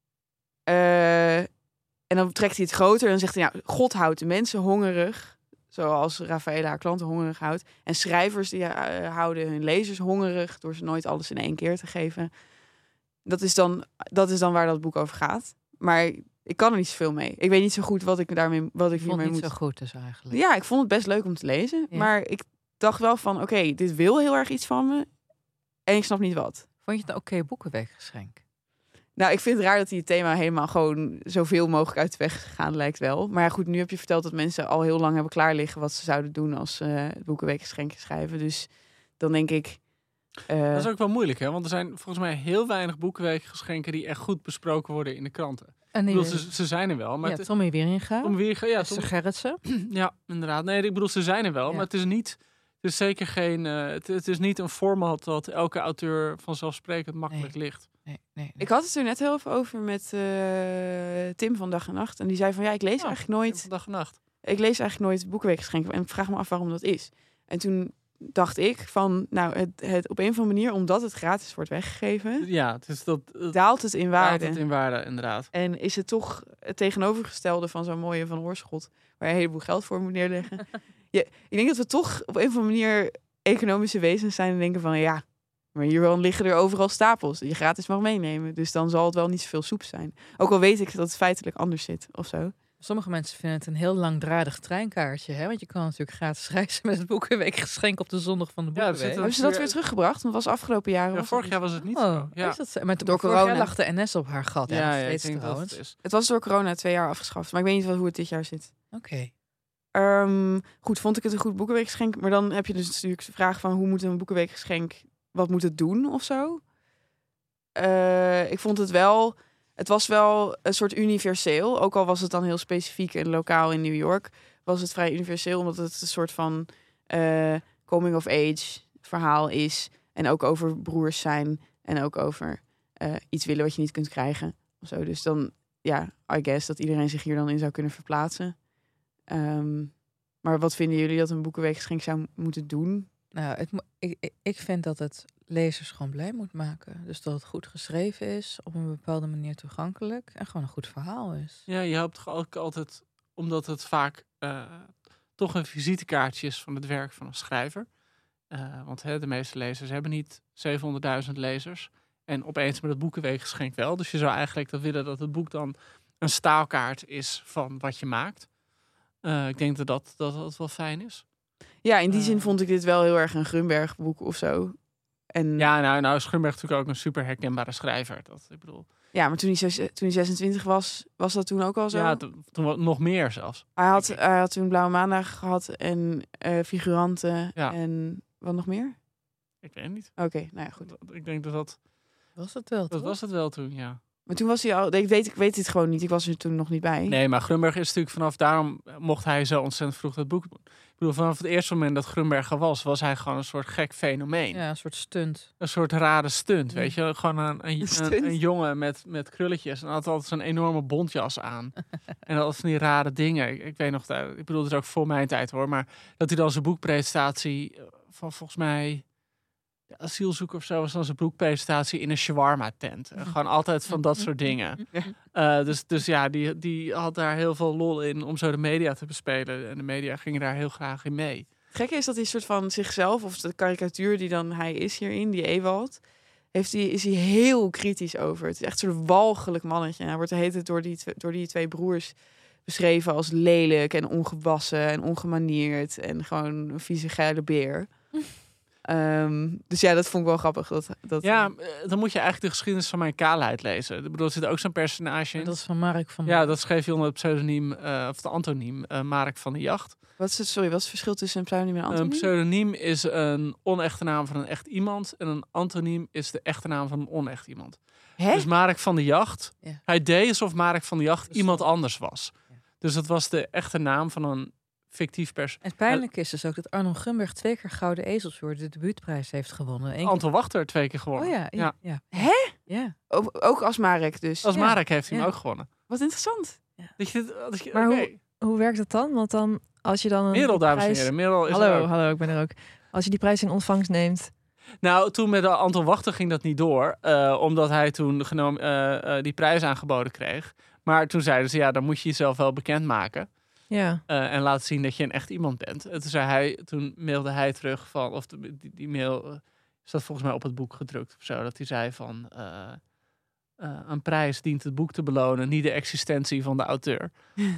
En dan trekt hij het groter en dan zegt hij, God houdt de mensen hongerig, Zoals Raffaella haar klanten hongerig houdt. En schrijvers die houden hun lezers hongerig door ze nooit alles in 1 keer te geven. Dat is dan waar dat boek over gaat. Maar ik kan er niet zoveel mee. Ik weet niet zo goed wat ik hiermee moet. Zo goed dus eigenlijk. Ja, ik vond het best leuk om te lezen. Ja. Maar ik dacht wel van, oké, dit wil heel erg iets van me. En ik snap niet wat. Vond je het een oké boekenweekgeschenk? Nou, ik vind het raar dat hij het thema helemaal gewoon zoveel mogelijk uit de weg is gegaan, lijkt wel. Maar ja, goed, nu heb je verteld dat mensen al heel lang hebben klaar liggen wat ze zouden doen als het boekenweekgeschenk schrijven. Dus dan denk ik... Dat is ook wel moeilijk, hè? Want er zijn volgens mij heel weinig boekenweekgeschenken die echt goed besproken worden in de kranten. En Ik bedoel, ze zijn er wel. Maar Tommy Wieringa. Esther Gerritsen. Ja, inderdaad. Nee, ik bedoel, ze zijn er wel. Ja. Maar het is niet... Het is zeker geen... Het is niet een format dat elke auteur vanzelfsprekend makkelijk ligt. Nee. Ik had het er net heel even over met Tim van Dag en Nacht. En die zei van, ja, ik lees eigenlijk nooit... Dag en nacht. Ik lees eigenlijk nooit boekenweekgeschenken. En ik vraag me af waarom dat is. En toen dacht ik van, nou, het op een of andere manier, omdat het gratis wordt weggegeven, Ja, het is dat... daalt het in waarde. Daalt het in waarde, inderdaad. En is het toch het tegenovergestelde van zo'n mooie Van Oorschot, waar je een heleboel geld voor moet neerleggen. Ja, ik denk dat we toch op een of andere manier economische wezens zijn en denken van, ja, maar hier liggen er overal stapels die je gratis mag meenemen. Dus dan zal het wel niet zoveel soep zijn. Ook al weet ik dat het feitelijk anders zit of zo. Sommige mensen vinden het een heel langdradig treinkaartje. Hè? Want je kan natuurlijk gratis reizen met het boekenweekgeschenk op de zondag van de boekenweek. Ja, Hebben ze dat weer teruggebracht? Want het was afgelopen jaren. Ja, vorig jaar was het niet zo. Ja. Is dat, maar Door vorig jaar corona lag de NS op haar gat. Ja, nog ik steeds denk dat trouwens. het is. Het was door corona 2 jaar afgeschaft. Maar ik weet niet hoe het dit jaar zit. Oké. Goed, vond ik het een goed boekenweekgeschenk. Maar dan heb je dus natuurlijk de vraag van, hoe moet een boekenweekgeschenk, wat moet het doen of zo? Ik vond het wel... Het was wel een soort universeel. Ook al was het dan heel specifiek en lokaal in New York, was het vrij universeel, omdat het een soort van coming of age verhaal is. En ook over broers zijn. En ook over iets willen wat je niet kunt krijgen. Of zo. Dus dan, ja, I guess dat iedereen zich hier dan in zou kunnen verplaatsen. Maar wat vinden jullie dat een boekenweekgeschenk zou moeten doen? Nou, ik vind dat het lezers gewoon blij moet maken. Dus dat het goed geschreven is, op een bepaalde manier toegankelijk en gewoon een goed verhaal is. Ja, je hoopt ook altijd, omdat het vaak toch een visitekaartje is van het werk van een schrijver. Want de meeste lezers hebben niet 700.000 lezers. En opeens met het boekenweekgeschenk wel. Dus je zou eigenlijk willen dat het boek dan een staalkaart is van wat je maakt. Ik denk dat wel fijn is. Ja, in die zin vond ik dit wel heel erg een Grunberg boek of zo. En... Ja, nou is Grunberg natuurlijk ook een super herkenbare schrijver. Ik bedoel... Ja, maar toen hij 26 was dat toen ook al zo? Ja, toen nog meer zelfs. Hij had toen Blauwe Maandag gehad en Figuranten en wat nog meer? Ik weet niet. Oké, nou ja, goed. Ik denk dat was het wel, dat was het wel toen, ja. Maar toen was hij al... Ik weet het gewoon niet. Ik was er toen nog niet bij. Nee, maar Grunberg is natuurlijk vanaf... Daarom mocht hij zo ontzettend vroeg dat boek doen. Ik bedoel, vanaf het eerste moment dat Grunberg er was hij gewoon een soort gek fenomeen. Ja, een soort stunt. Een soort rare stunt, weet je. Gewoon een jongen met krulletjes. En had altijd zo'n enorme bontjas aan. En dat van die rare dingen. Ik weet nog, ik bedoel, het is ook voor mijn tijd hoor. Maar dat hij dan zijn boekpresentatie van volgens mij... De asielzoeker of zo was dan zijn boekpresentatie in een shawarma-tent. Gewoon altijd van dat soort dingen. Dus ja, die had daar heel veel lol in om zo de media te bespelen. En de media gingen daar heel graag in mee. Het gekke is dat hij soort van zichzelf, of de karikatuur die dan hij is hierin, die Ewald, is hij heel kritisch over. Het is echt een soort walgelijk mannetje. En hij wordt de hele tijd door die 2 broers beschreven als lelijk en ongewassen en ongemaneerd. En gewoon een vieze geile beer. Dus ja, dat vond ik wel grappig. Ja, dan moet je eigenlijk de geschiedenis van mijn kaalheid lezen. Ik bedoel, er zit ook zo'n personage in. Dat is van Mark van... Ja, dat schreef je onder het pseudoniem, of de antoniem, Mark van de Jacht. Wat is het verschil tussen een pseudoniem en een antoniem? Een pseudoniem is een onechte naam van een echt iemand. En een antoniem is de echte naam van een onecht iemand. Hè? Dus Mark van de Jacht, Ja. hij deed alsof Mark van de Jacht iemand anders was. Ja. Dus dat was de echte naam van een fictief persoon. Het pijnlijke is dus ook dat Arno Grunberg 2 keer Gouden Ezelswoord de debuutprijs heeft gewonnen. Anton Wachter 2 keer gewonnen. Oh ja. Hè? Ja. Ook als Marek dus. Als Ja. Marek heeft hij hem Ja. ook gewonnen. Wat interessant. Maar oké. hoe werkt het dan? Want dan, als je dan een Merel, dames en prijs... heren. Merel is er ook. Hallo, ik ben er ook. Als je die prijs in ontvangst neemt... Nou, toen met Anton Wachter ging dat niet door. Omdat hij toen die prijs aangeboden kreeg. Maar toen zeiden ze, ja, dan moet je jezelf wel bekendmaken. Ja. En laten zien dat je een echt iemand bent. En toen mailde hij terug van... Of die mail staat volgens mij op het boek gedrukt of zo. Dat hij zei van... een prijs dient het boek te belonen, niet de existentie van de auteur.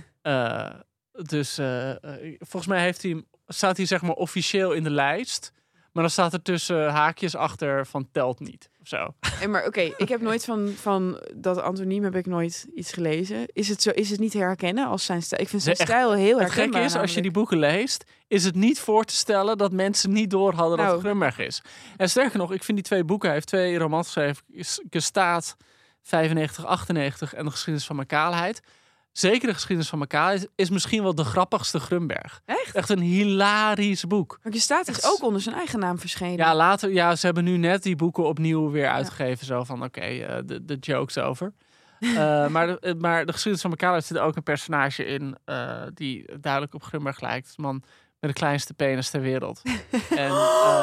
Volgens mij staat hij zeg maar officieel in de lijst. Maar dan staat er tussen haakjes achter van telt niet. Of zo. Maar oké, ik heb nooit van dat antoniem heb ik nooit iets gelezen. Is het niet te herkennen als zijn stijl? Ik vind zijn stijl heel het herkenbaar. Het gekke is, als je die boeken leest, is het niet voor te stellen dat mensen niet door hadden dat het Grunberg is. En sterker nog, ik vind die 2 boeken, hij heeft 2 romans geschreven, Gestaat 95, 98 en de geschiedenis van mijn kaalheid. Zeker de geschiedenis van mijn kaalheid is misschien wel de grappigste Grunberg. Echt een hilarisch boek. Maar Gestaat is ook onder zijn eigen naam verschenen. Ja, ze hebben nu net die boeken opnieuw weer uitgegeven. Zo van, de joke's over. Maar de geschiedenis van mijn kaalheid zit er ook een personage in die duidelijk op Grunberg lijkt. Het man met de kleinste penis ter wereld. En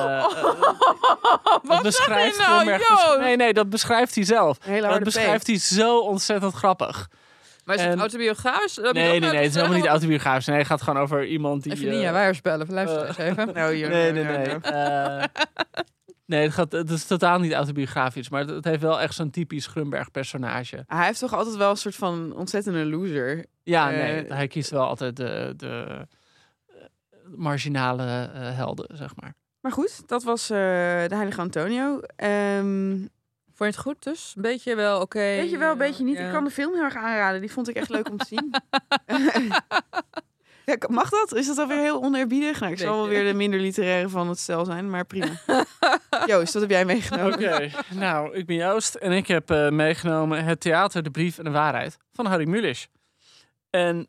wat beschrijft nou, Nee, dat beschrijft hij zelf. Dat beschrijft hij zo ontzettend grappig. Maar is het autobiografisch? Nee, het is helemaal niet autobiografisch. Nee, het gaat gewoon over iemand die... Even Nia Wijers bellen, luister eens even. Nee, het is totaal niet autobiografisch. Maar het heeft wel echt zo'n typisch Grunberg personage. Hij heeft toch altijd wel een soort van ontzettende loser. Ja, hij kiest wel altijd de marginale helden, zeg maar. Maar goed, dat was de Heilige Antonio. Vond je het goed dus? Een beetje wel oké. Weet je wel, een beetje niet. Ja. Ik kan de film heel erg aanraden. Die vond ik echt leuk om te zien. Ja, mag dat? Is dat alweer heel oneerbiedig? Nou, ik zal wel weer de minder literaire van het stel zijn, maar prima. Joost, wat heb jij meegenomen? Oké, nou, ik ben Joost en ik heb meegenomen Het Theater, de Brief en de Waarheid van Harry Mulisch. En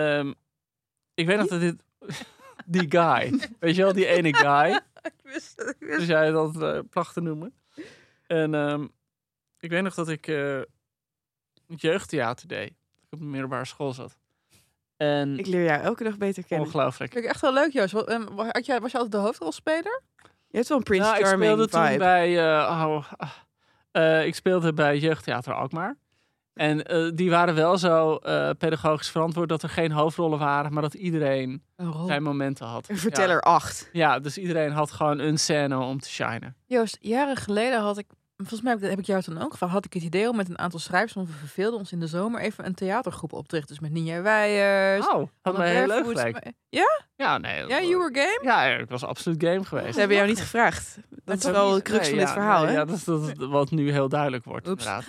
ik weet nog dat dit... Die guy. Weet je wel, die ene guy. Ik wist Dus jij dat placht te noemen. En ik weet nog dat ik jeugdtheater deed. Dat ik op een middelbare school zat. En ik leer jou elke dag beter kennen. Ongelooflijk. Vind ik echt wel leuk, Joost. Was je altijd de hoofdrolspeler? Je hebt wel een Prince Charming ik speelde vibe. toen bij... ik speelde bij Jeugdtheater Alkmaar. En die waren wel zo pedagogisch verantwoord dat er geen hoofdrollen waren, maar dat iedereen zijn momenten had. Een verteller 8. Ja, dus iedereen had gewoon een scène om te shinen. Joost, jaren geleden had ik, volgens mij heb ik jou toen ook gevraagd, had ik het idee om met een aantal schrijvers, want we verveelden ons in de zomer, even een theatergroep op te richten. Dus met Nia Wijers. Oh, had mij heel leuk gelijk. Ja? Ja, nee. Ja, you were game? Ja, ik was absoluut game geweest. Ze hebben jou niet gevraagd. Dat is wel de crux van dit verhaal, hè? Ja, dat is wat nu heel duidelijk wordt, inderdaad.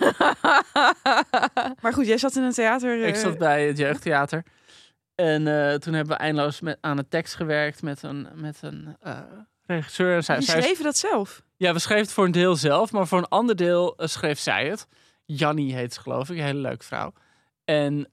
Maar goed, jij zat in een theater... Ik zat bij het Jeugdtheater. En toen hebben we eindeloos aan een tekst gewerkt met een regisseur. Je schreven dat zelf? Ja, we schreven het voor een deel zelf, maar voor een ander deel schreef zij het. Jannie heet ze, geloof ik. Een hele leuke vrouw. En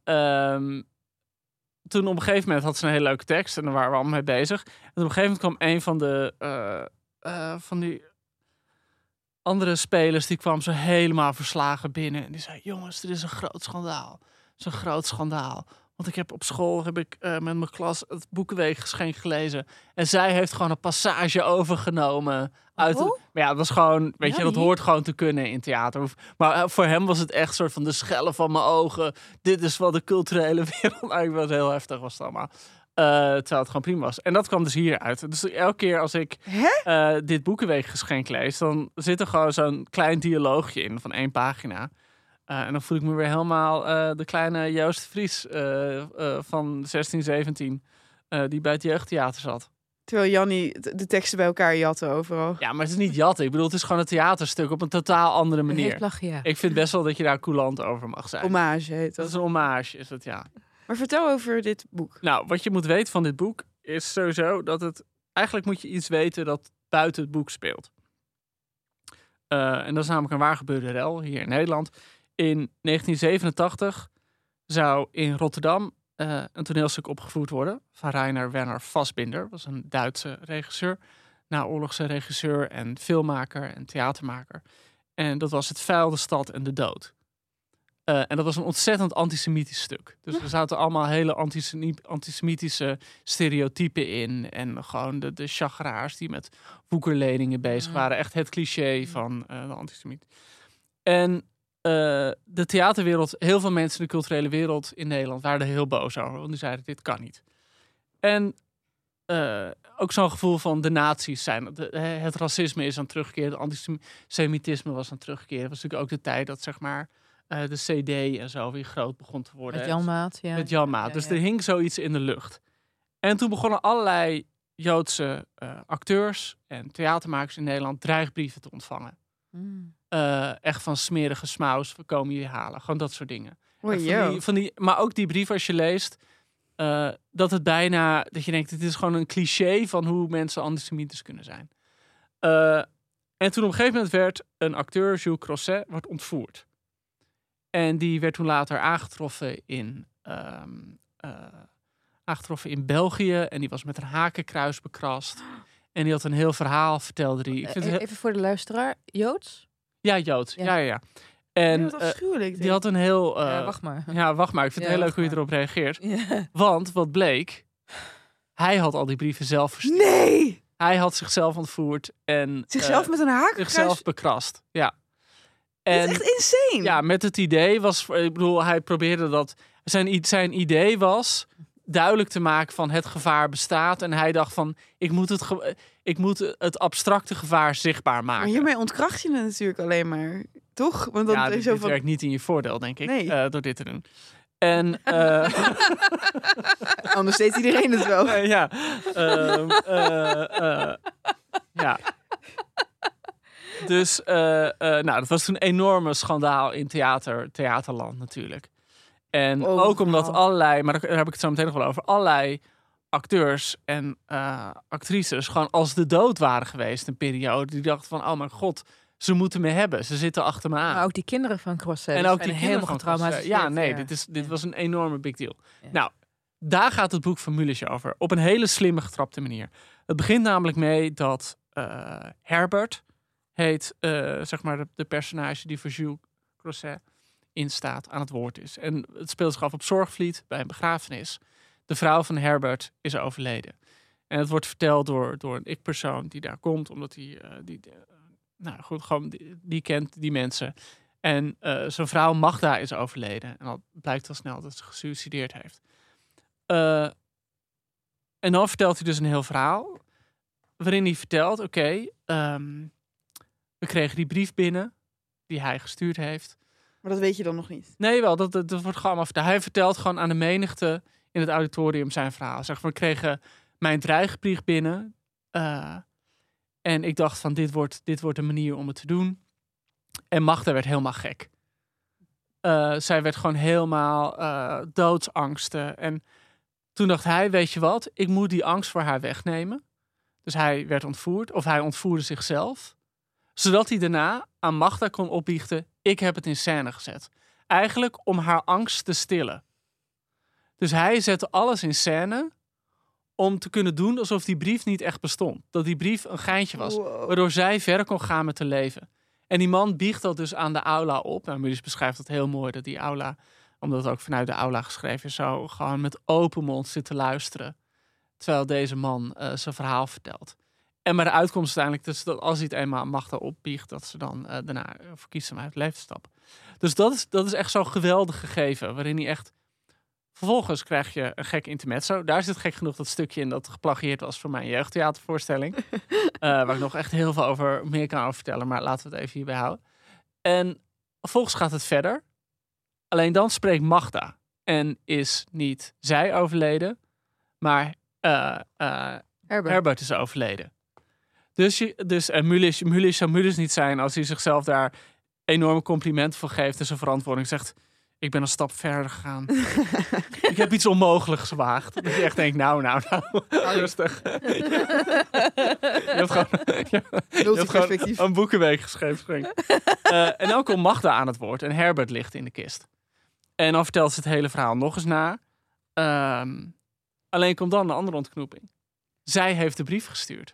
toen op een gegeven moment had ze een hele leuke tekst en daar waren we allemaal mee bezig. En op een gegeven moment kwam een van de van die andere spelers, die kwam zo helemaal verslagen binnen. En die zei, jongens, dit is een groot schandaal. Het is een groot schandaal. Want ik heb op school met mijn klas het Boekenweekgeschenk gelezen. En zij heeft gewoon een passage overgenomen. Maar ja, dat was gewoon, weet je, dat hoort gewoon te kunnen in theater. Maar voor hem was het echt soort van de schellen van mijn ogen. Dit is wat de culturele wereld eigenlijk was. Heel heftig was het allemaal. Terwijl het gewoon prima was. En dat kwam dus hieruit. Dus elke keer als ik dit Boekenweekgeschenk lees, dan zit er gewoon zo'n klein dialoogje in van 1 pagina. En dan voel ik me weer helemaal de kleine Joost Vries van 16, 17, die bij het Jeugdtheater zat. Terwijl Jannie de teksten bij elkaar jatte overal. Ja, maar het is niet jatten. Ik bedoel, het is gewoon een theaterstuk op een totaal andere manier. Ik vind best wel dat je daar coulant over mag zijn. Hommage heet dat. Dat is een hommage, is het, ja. Maar vertel over dit boek. Nou, wat je moet weten van dit boek is sowieso dat het... Eigenlijk moet je iets weten dat buiten het boek speelt. En dat is namelijk een waar gebeurde rel hier in Nederland. In 1987 zou in Rotterdam een toneelstuk opgevoerd worden van Rainer Werner Fassbinder. Dat was een Duitse regisseur, naoorlogse regisseur en filmmaker en theatermaker. En dat was Het Vuil, de Stad en de Dood. En dat was een ontzettend antisemitisch stuk. Dus er zaten allemaal hele antisemitische stereotypen in. En gewoon de chagraars die met woekerleningen bezig waren. Echt het cliché van de antisemiet. En de theaterwereld, heel veel mensen in de culturele wereld in Nederland waren er heel boos over. Want die zeiden, dit kan niet. En ook zo'n gevoel van de nazi's zijn. Het racisme is aan het terugkeren. Het antisemitisme was aan het terugkeren. Het was natuurlijk ook de tijd dat zeg maar de CD en zo weer groot begon te worden. Met Jan Maat, ja. Met Jan Maat. Dus er hing zoiets in de lucht. En toen begonnen allerlei Joodse acteurs en theatermakers in Nederland dreigbrieven te ontvangen. Echt van smerige smaus, we komen je halen. Gewoon dat soort dingen. Maar ook die brief als je leest, dat het bijna, dat je denkt, het is gewoon een cliché van hoe mensen antisemitisch kunnen zijn. En toen op een gegeven moment werd een acteur, Jules Crosset, wordt ontvoerd. En die werd toen later aangetroffen in België. En die was met een hakenkruis bekrast. En die had een heel verhaal, vertelde hij. Even voor de luisteraar, Joods? Ja, Joods. Ja. En Wat afschuwelijk. die had een heel... wacht maar. Ja, wacht maar. Ik vind het heel leuk hoe je erop reageert. Ja. Want, wat bleek... Hij had al die brieven zelf verstuurd. Nee! Hij had zichzelf ontvoerd en... Zichzelf met een hakenkruis? Zichzelf bekrast, ja. En, dat is echt insane. Ja, met het idee was... Ik bedoel, hij probeerde dat... Zijn idee was duidelijk te maken van het gevaar bestaat. En hij dacht van, ik moet het abstracte gevaar zichtbaar maken. Maar hiermee ontkracht je het natuurlijk alleen maar. Toch? Want dan dit werkt niet in je voordeel, denk ik. Nee. Door dit te doen. En... Anders deed iedereen het wel. Ja. Ja. Dus, dat was toen een enorme schandaal in theaterland natuurlijk. En ook omdat allerlei, maar daar heb ik het zo meteen nog wel over, allerlei acteurs en actrices gewoon als de dood waren geweest een periode. Die dachten van, oh mijn god, ze moeten me hebben. Ze zitten achter me aan. Maar ook die kinderen van Crosset. En ook die helemaal getraumatiseerd. Ja, nee, dit was een enorme big deal. Ja. Nou, daar gaat het boek van Mulisch over. Op een hele slimme, getrapte manier. Het begint namelijk mee dat Herbert heet, zeg maar de personage die voor Jules Crosset instaat, aan het woord is. En het speelt zich af op Zorgvliet bij een begrafenis. De vrouw van Herbert is overleden. En het wordt verteld door een ik-persoon die daar komt, omdat hij die kent die mensen. En zijn vrouw Magda is overleden. En dan blijkt al snel dat ze gesuicideerd heeft. En dan vertelt hij dus een heel verhaal. Waarin hij vertelt, we kregen die brief binnen die hij gestuurd heeft. Maar dat weet je dan nog niet? Nee, wel. Dat wordt gewoon allemaal verteld. Hij vertelt gewoon aan de menigte in het auditorium zijn verhaal. Zeg maar, we kregen mijn dreigbrief binnen. En ik dacht van, dit wordt een manier om het te doen. En Magda werd helemaal gek. Zij werd gewoon helemaal doodsangsten. En toen dacht hij, weet je wat? Ik moet die angst voor haar wegnemen. Dus hij werd ontvoerd. Of hij ontvoerde zichzelf. Zodat hij daarna aan Magda kon opbiechten, ik heb het in scène gezet. Eigenlijk om haar angst te stillen. Dus hij zette alles in scène om te kunnen doen alsof die brief niet echt bestond. Dat die brief een geintje was. Wow. Waardoor zij verder kon gaan met te leven. En die man biecht dat dus aan de aula op. Nou, Mulisch beschrijft dat heel mooi, dat die aula, omdat het ook vanuit de aula geschreven is, zo gewoon met open mond zit te luisteren. Terwijl deze man zijn verhaal vertelt. En maar de uitkomst uiteindelijk is dat als hij het eenmaal Magda opbiecht, dat ze dan daarna voor kiest om uit het leven te stappen. Dus dat is echt zo'n geweldig gegeven, waarin hij echt... Vervolgens krijg je een gek intermezzo. Daar zit gek genoeg dat stukje in dat geplagieerd was voor mijn jeugdtheatervoorstelling. Waar ik nog echt heel veel meer kan over vertellen, maar laten we het even hierbij houden. En vervolgens gaat het verder. Alleen dan spreekt Magda. En is niet zij overleden, maar Herbert is overleden. En Mulisch zou Mulisch niet zijn als hij zichzelf daar enorme complimenten voor geeft en zijn verantwoording zegt, ik ben een stap verder gegaan. Ik heb iets onmogelijks gewaagd. Dat je echt denkt, nou, rustig. Je hebt gewoon een boekenweek geschreven. En dan komt Magda aan het woord en Herbert ligt in de kist. En dan vertelt ze het hele verhaal nog eens na. Alleen komt dan de andere ontknoeping. Zij heeft de brief gestuurd.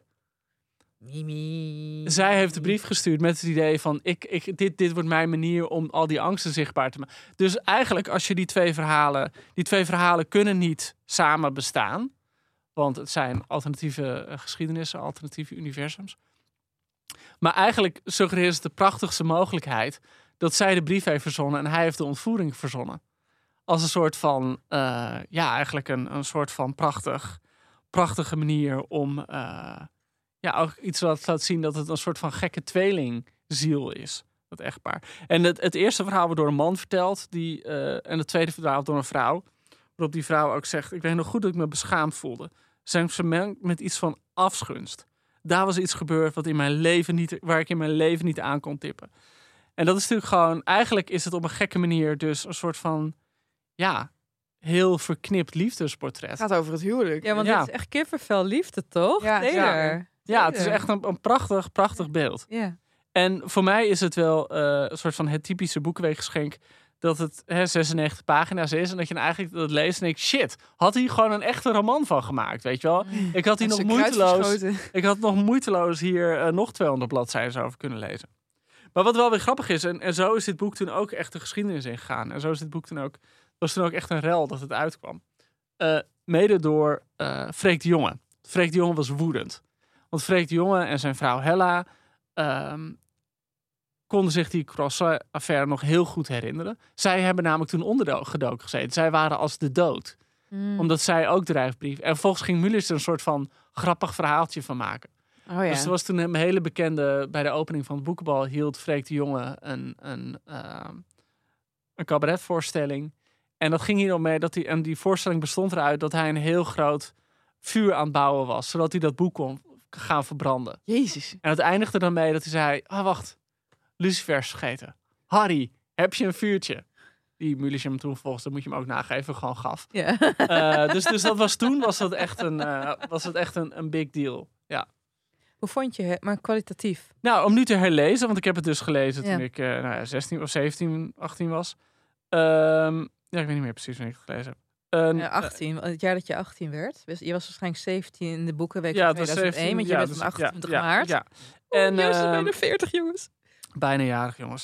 Zij heeft de brief gestuurd met het idee van, dit wordt mijn manier om al die angsten zichtbaar te maken. Dus eigenlijk als je die twee verhalen kunnen niet samen bestaan. Want het zijn alternatieve geschiedenissen, alternatieve universums. Maar eigenlijk suggereert het de prachtigste mogelijkheid dat zij de brief heeft verzonnen en hij heeft de ontvoering verzonnen. Als een soort van, eigenlijk een soort van prachtig prachtige manier om ook iets wat laat zien dat het een soort van gekke tweelingziel is. Dat echtpaar. En het eerste verhaal wordt door een man verteld. En het tweede verhaal door een vrouw. Waarop die vrouw ook zegt, ik weet nog goed dat ik me beschaamd voelde. Zijn vermengd met iets van afgunst. Daar was iets gebeurd waar ik in mijn leven niet aan kon tippen. En dat is natuurlijk gewoon, eigenlijk is het op een gekke manier dus een soort van, heel verknipt liefdesportret. Het gaat over het huwelijk. Ja, want het is echt kippenvel liefde, toch? Ja, Ja, het is echt een prachtig beeld. Ja. En voor mij is het wel een soort van het typische boekenweekgeschenk dat het 96 pagina's is en dat je dan eigenlijk dat leest en denkt, shit, had hij gewoon een echte roman van gemaakt, weet je wel? Ik had hier nog moeiteloos hier nog 200 bladzijden over kunnen lezen. Maar wat wel weer grappig is, en zo is dit boek toen ook echt de geschiedenis ingegaan. En zo is dit boek was toen ook echt een rel dat het uitkwam. Mede door Freek de Jonge. Freek de Jonge was woedend. Want Freek de Jonge en zijn vrouw Hella konden zich die Croissant-affaire nog heel goed herinneren. Zij hebben namelijk toen ondergedoken gezeten. Zij waren als de dood. Omdat zij ook drijfbrief. En volgens ging Mulisch er een soort van grappig verhaaltje van maken. Oh, ja. Dus er was toen een hele bekende, bij de opening van het boekenbal hield Freek de Jonge een cabaretvoorstelling. En dat ging hier om mee en die voorstelling bestond eruit dat hij een heel groot vuur aan het bouwen was, zodat hij dat boek kon gaan verbranden. Jezus. En het eindigde dan mee dat hij zei, wacht, lucifers vergeten. Harry, heb je een vuurtje? Die Mulisch hem toen volgens, dat moet je hem ook nageven, gewoon gaf. Ja. Dus dat was toen, was het echt een big deal. Ja. Hoe vond je het, maar kwalitatief? Nou, om nu te herlezen, want ik heb het dus gelezen toen ik 16 of 17, 18 was. Ik weet niet meer precies wanneer ik het gelezen heb. 18, het jaar dat je 18 werd. Je was waarschijnlijk 17 in de boekenweek van 2001, want je bent van 28 maart. Ja. En Joost is bijna 40, jongens. Bijna jarig, jongens.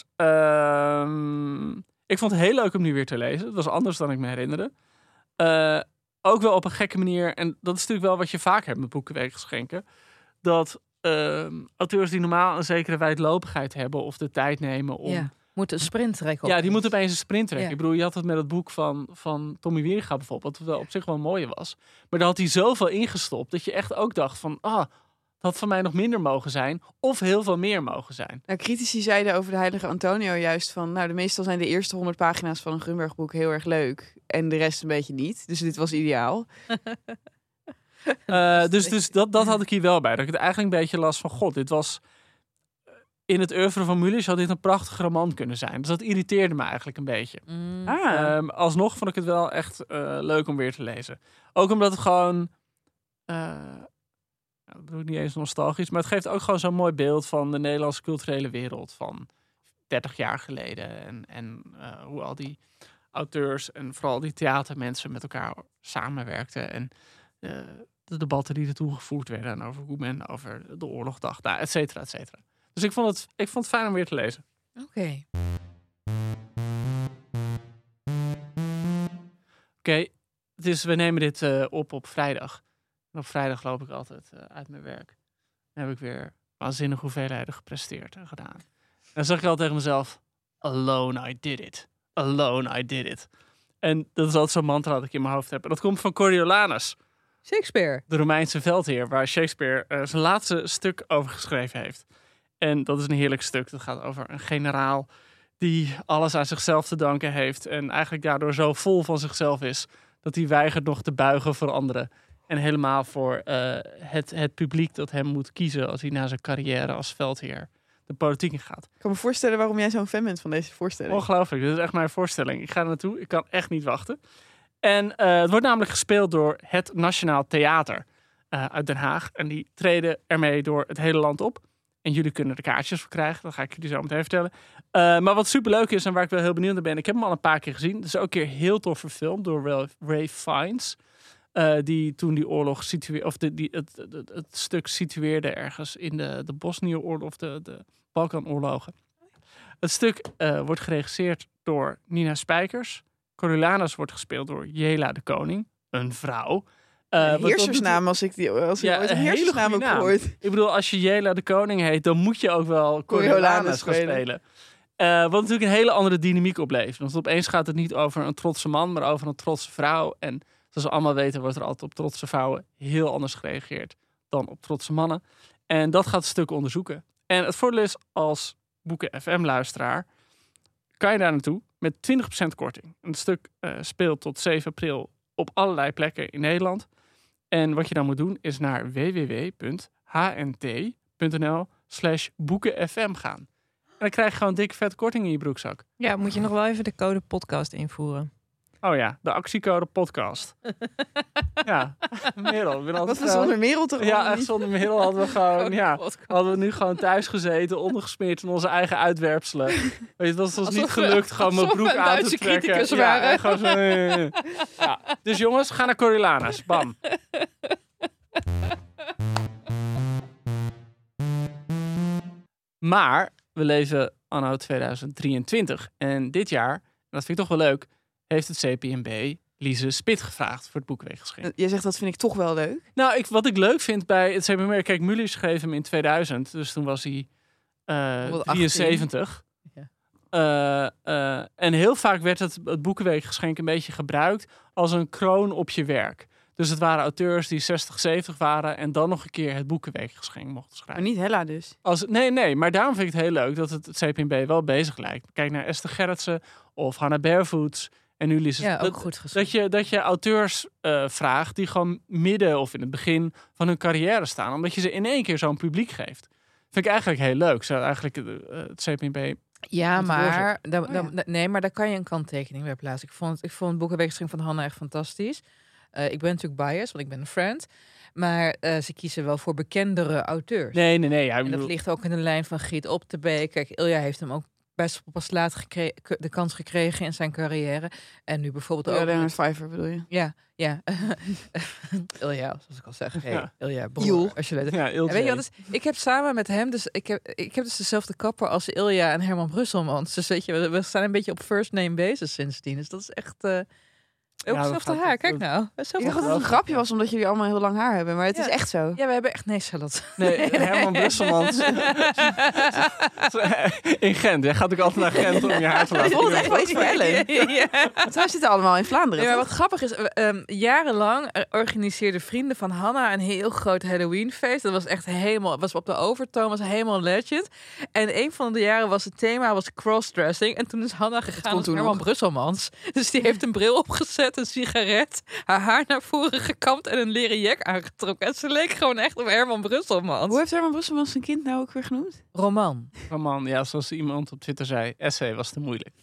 Ik vond het heel leuk om nu weer te lezen. Het was anders dan ik me herinnerde. Ook wel op een gekke manier. En dat is natuurlijk wel wat je vaak hebt met boekenweekgeschenken. Dat auteurs die normaal een zekere wijdlopigheid hebben of de tijd nemen om... Moeten een sprint trekken. Ja, die moeten opeens een sprint trekken. Ja. Ik bedoel, je had het met het boek van Tommy Wieringa bijvoorbeeld, wat wel op zich wel een mooie was. Maar daar had hij zoveel ingestopt dat je echt ook dacht van, dat had van mij nog minder mogen zijn of heel veel meer mogen zijn. Nou, critici zeiden over de Heilige Antonio juist van, meestal zijn de eerste 100 pagina's van een Grunberg boek heel erg leuk en de rest een beetje niet. Dus dit was ideaal. Dus dat had ik hier wel bij. Dat ik het eigenlijk een beetje las van, god, dit was... In het oeuvre van Mulisch had dit een prachtige roman kunnen zijn. Dus dat irriteerde me eigenlijk een beetje. Alsnog vond ik het wel echt leuk om weer te lezen. Ook omdat het gewoon... dat bedoel ik niet eens nostalgisch. Maar het geeft ook gewoon zo'n mooi beeld van de Nederlandse culturele wereld van 30 jaar geleden. En hoe al die auteurs en vooral die theatermensen met elkaar samenwerkten. En de debatten die ertoe gevoerd werden. En over hoe men over de oorlog dacht. Et cetera, et cetera. Dus ik vond het fijn om weer te lezen. Oké. Oké, we nemen dit op vrijdag. En op vrijdag loop ik altijd uit mijn werk. Dan heb ik weer waanzinnige hoeveelheden gepresteerd en gedaan. En dan zeg ik al tegen mezelf, alone I did it. Alone I did it. En dat is altijd zo'n mantra dat ik in mijn hoofd heb. En dat komt van Coriolanus. Shakespeare. De Romeinse veldheer, waar Shakespeare zijn laatste stuk over geschreven heeft. En dat is een heerlijk stuk. Dat gaat over een generaal die alles aan zichzelf te danken heeft. En eigenlijk daardoor zo vol van zichzelf is dat hij weigert nog te buigen voor anderen. En helemaal voor het publiek dat hem moet kiezen als hij na zijn carrière als veldheer de politiek in gaat. Ik kan me voorstellen waarom jij zo'n fan bent van deze voorstelling. Ongelooflijk, dit is echt mijn voorstelling. Ik ga er naartoe, ik kan echt niet wachten. En het wordt namelijk gespeeld door het Nationaal Theater uit Den Haag. En die treden ermee door het hele land op. En jullie kunnen er kaartjes voor krijgen. Dat ga ik jullie zo meteen vertellen. Maar wat superleuk is en waar ik wel heel benieuwd naar ben. Ik heb hem al een paar keer gezien. Het is ook een keer heel tof verfilmd door Ray Fiennes. Die toen die oorlog het stuk situeerde ergens in de Bosnië-oorlog of de Balkanoorlogen. Het stuk wordt geregisseerd door Nina Spijkers. Coriolanus wordt gespeeld door Jela de Koning. Een vrouw. Heersersnaam als ik ooit een heersersnaam heb gehoord. Ik bedoel, als je Jela de Koning heet, dan moet je ook wel Coriolanus gaan spelen. Wat natuurlijk een hele andere dynamiek oplevert. Want opeens gaat het niet over een trotse man, maar over een trotse vrouw. En Zoals we allemaal weten wordt er altijd op trotse vrouwen heel anders gereageerd dan op trotse mannen. En dat gaat het stuk onderzoeken. En het voordeel is, als Boeken FM-luisteraar kan je daar naartoe met 20% korting. Het stuk speelt tot 7 april op allerlei plekken in Nederland. En wat je dan moet doen is naar www.hnt.nl/boekenfm gaan. En dan krijg je gewoon dikke vet korting in je broekzak. Ja, moet je nog wel even de code podcast invoeren. Oh ja, de actiecode podcast. Ja, Merel. Ik ben altijd Wat was zonder Merel toch? Ja, echt zonder Merel hadden we gewoon, hadden we nu gewoon thuis gezeten, ondergesmeerd in onze eigen uitwerpselen. Weet je, het was ons niet gelukt gewoon mijn broek aan te trekken. Ja, en gewoon zo, ja. Dus jongens, ga naar Coriolanus. Bam. Maar we leven anno 2023 en dit jaar, en dat vind ik toch wel leuk, heeft het CPNB Lise Spit gevraagd voor het Boekenweekgeschenk. Jij zegt dat vind ik toch wel leuk. Nou, wat ik leuk vind bij het CPNB... Kijk, Muller schreef hem in 2000. Dus toen was hij 73. Ja. En heel vaak werd het Boekenweekgeschenk een beetje gebruikt als een kroon op je werk. Dus het waren auteurs die 60, 70 waren en dan nog een keer het Boekenweekgeschenk mochten schrijven. Maar niet Hella dus. Nee, maar daarom vind ik het heel leuk dat het CPNB wel bezig lijkt. Kijk naar Esther Gerritsen of Hannah Barefoots. En nu is het ook goed geschreven. dat je auteurs vraagt die gewoon midden of in het begin van hun carrière staan. Omdat je ze in één keer zo'n publiek geeft. Vind ik eigenlijk heel leuk. Zou eigenlijk het CPNB... Ja, maar maar daar kan je een kanttekening bij plaatsen. Ik vond het Boekenweekgeschenk van Hannah echt fantastisch. Ik ben natuurlijk biased, want ik ben een friend. Maar ze kiezen wel voor bekendere auteurs. Nee. En dat ligt ook in de lijn van Giet Op te Beek. Kijk, Ilja heeft hem ook best pas laat de kans gekregen in zijn carrière. En nu bijvoorbeeld ook... Leonard Vijver bedoel je? Ja. Ilja, zoals ik al zeg. Hey, Ja. Ilja, broer, als je weet. Ja, Weet je wat, ik heb samen met hem, dus ik heb dus dezelfde kapper als Ilja en Herman Brusselmans. Dus weet je, we staan een beetje op first name basis sindsdien. Dus dat is echt... Ook hetzelfde haar, kijk nou. Ik dacht dat het een grapje was, omdat jullie allemaal heel lang haar hebben. Maar het is echt zo. Ja, we hebben echt... Nee, Charlotte. Nee, Herman Brusselmans. In Gent. Jij gaat ook altijd naar Gent om je haar te laten. Ik vond het echt wel iets voor Ellen. Want wij zitten allemaal in Vlaanderen. Ja, maar wat grappig is, jarenlang organiseerden vrienden van Hannah een heel groot Halloweenfeest. Dat was echt helemaal... was op de Overtoom, was helemaal legend. En een van de jaren was het thema crossdressing. En toen is Hannah gegaan als Herman Brusselmans. Dus die heeft een bril opgezet, een sigaret, haar haar naar voren gekamd en een leren jack aangetrokken. En ze leek gewoon echt op Herman Brusselmans. Hoe heeft Herman Brusselmans zijn kind nou ook weer genoemd? Roman, ja, zoals iemand op Twitter zei, essay was te moeilijk.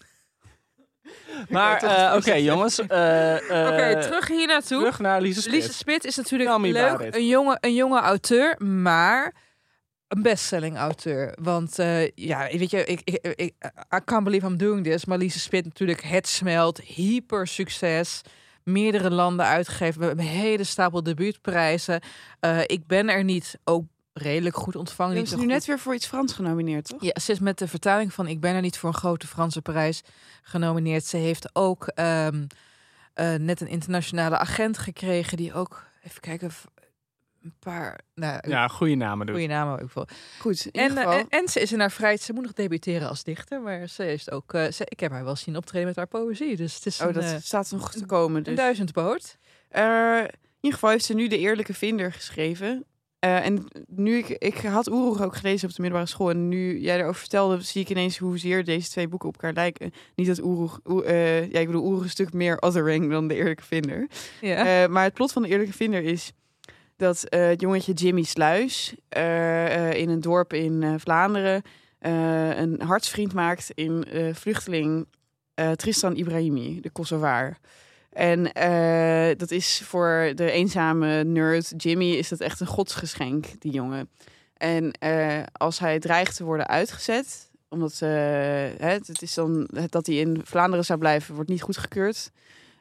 Maar oké, jongens. terug hier naartoe. Terug naar Lise Spit. Lise Spit is natuurlijk leuk. Een jonge auteur, maar een bestselling auteur. Want weet je, I can't believe I'm doing this. Maar Lise Spit natuurlijk, het smelt, hyper succes. Meerdere landen uitgegeven. We hebben een hele stapel debuutprijzen. Ik ben er niet, ook redelijk goed ontvangen. Je is nu net weer voor iets Frans genomineerd, toch? Ja, ze is met de vertaling van Ik ben er niet voor een grote Franse prijs genomineerd. Ze heeft ook net een internationale agent gekregen die ook, even kijken, een paar... goede namen dus. Goede namen ook wel. Goed, in ieder geval. En ze is in haar vrijheid, ze moet nog debuteren als dichter, maar ze heeft ook... ik heb haar wel zien optreden met haar poëzie, dus het is dat staat nog te komen. Dus. Een duizendpoot. In ieder geval heeft ze nu De Eerlijke Vinder geschreven. En nu ik had Oeroeg ook gelezen op de middelbare school. En nu jij erover vertelde, zie ik ineens hoezeer deze twee boeken op elkaar lijken. Niet dat Oeroeg... ik bedoel, Oeroeg is een stuk meer othering dan De Eerlijke Vinder. Ja. Maar het plot van De Eerlijke Vinder is dat het jongetje Jimmy Sluis in een dorp in Vlaanderen een hartsvriend maakt in vluchteling Tristan Ibrahimi, de Kosovaar. En dat is voor de eenzame nerd Jimmy is dat echt een godsgeschenk, die jongen. En als hij dreigt te worden uitgezet, omdat het is dan dat hij in Vlaanderen zou blijven, wordt niet goedgekeurd.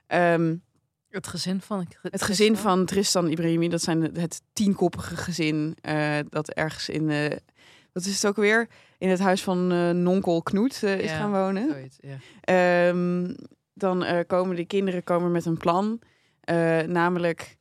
Het gezin van Tristan Ibrahimi, dat zijn het 10-koppige gezin dat ergens in wat is het ook weer? In het huis van nonkel Knoet is gaan wonen. Zoiets, ja. Dan komen de kinderen met een plan. Namelijk,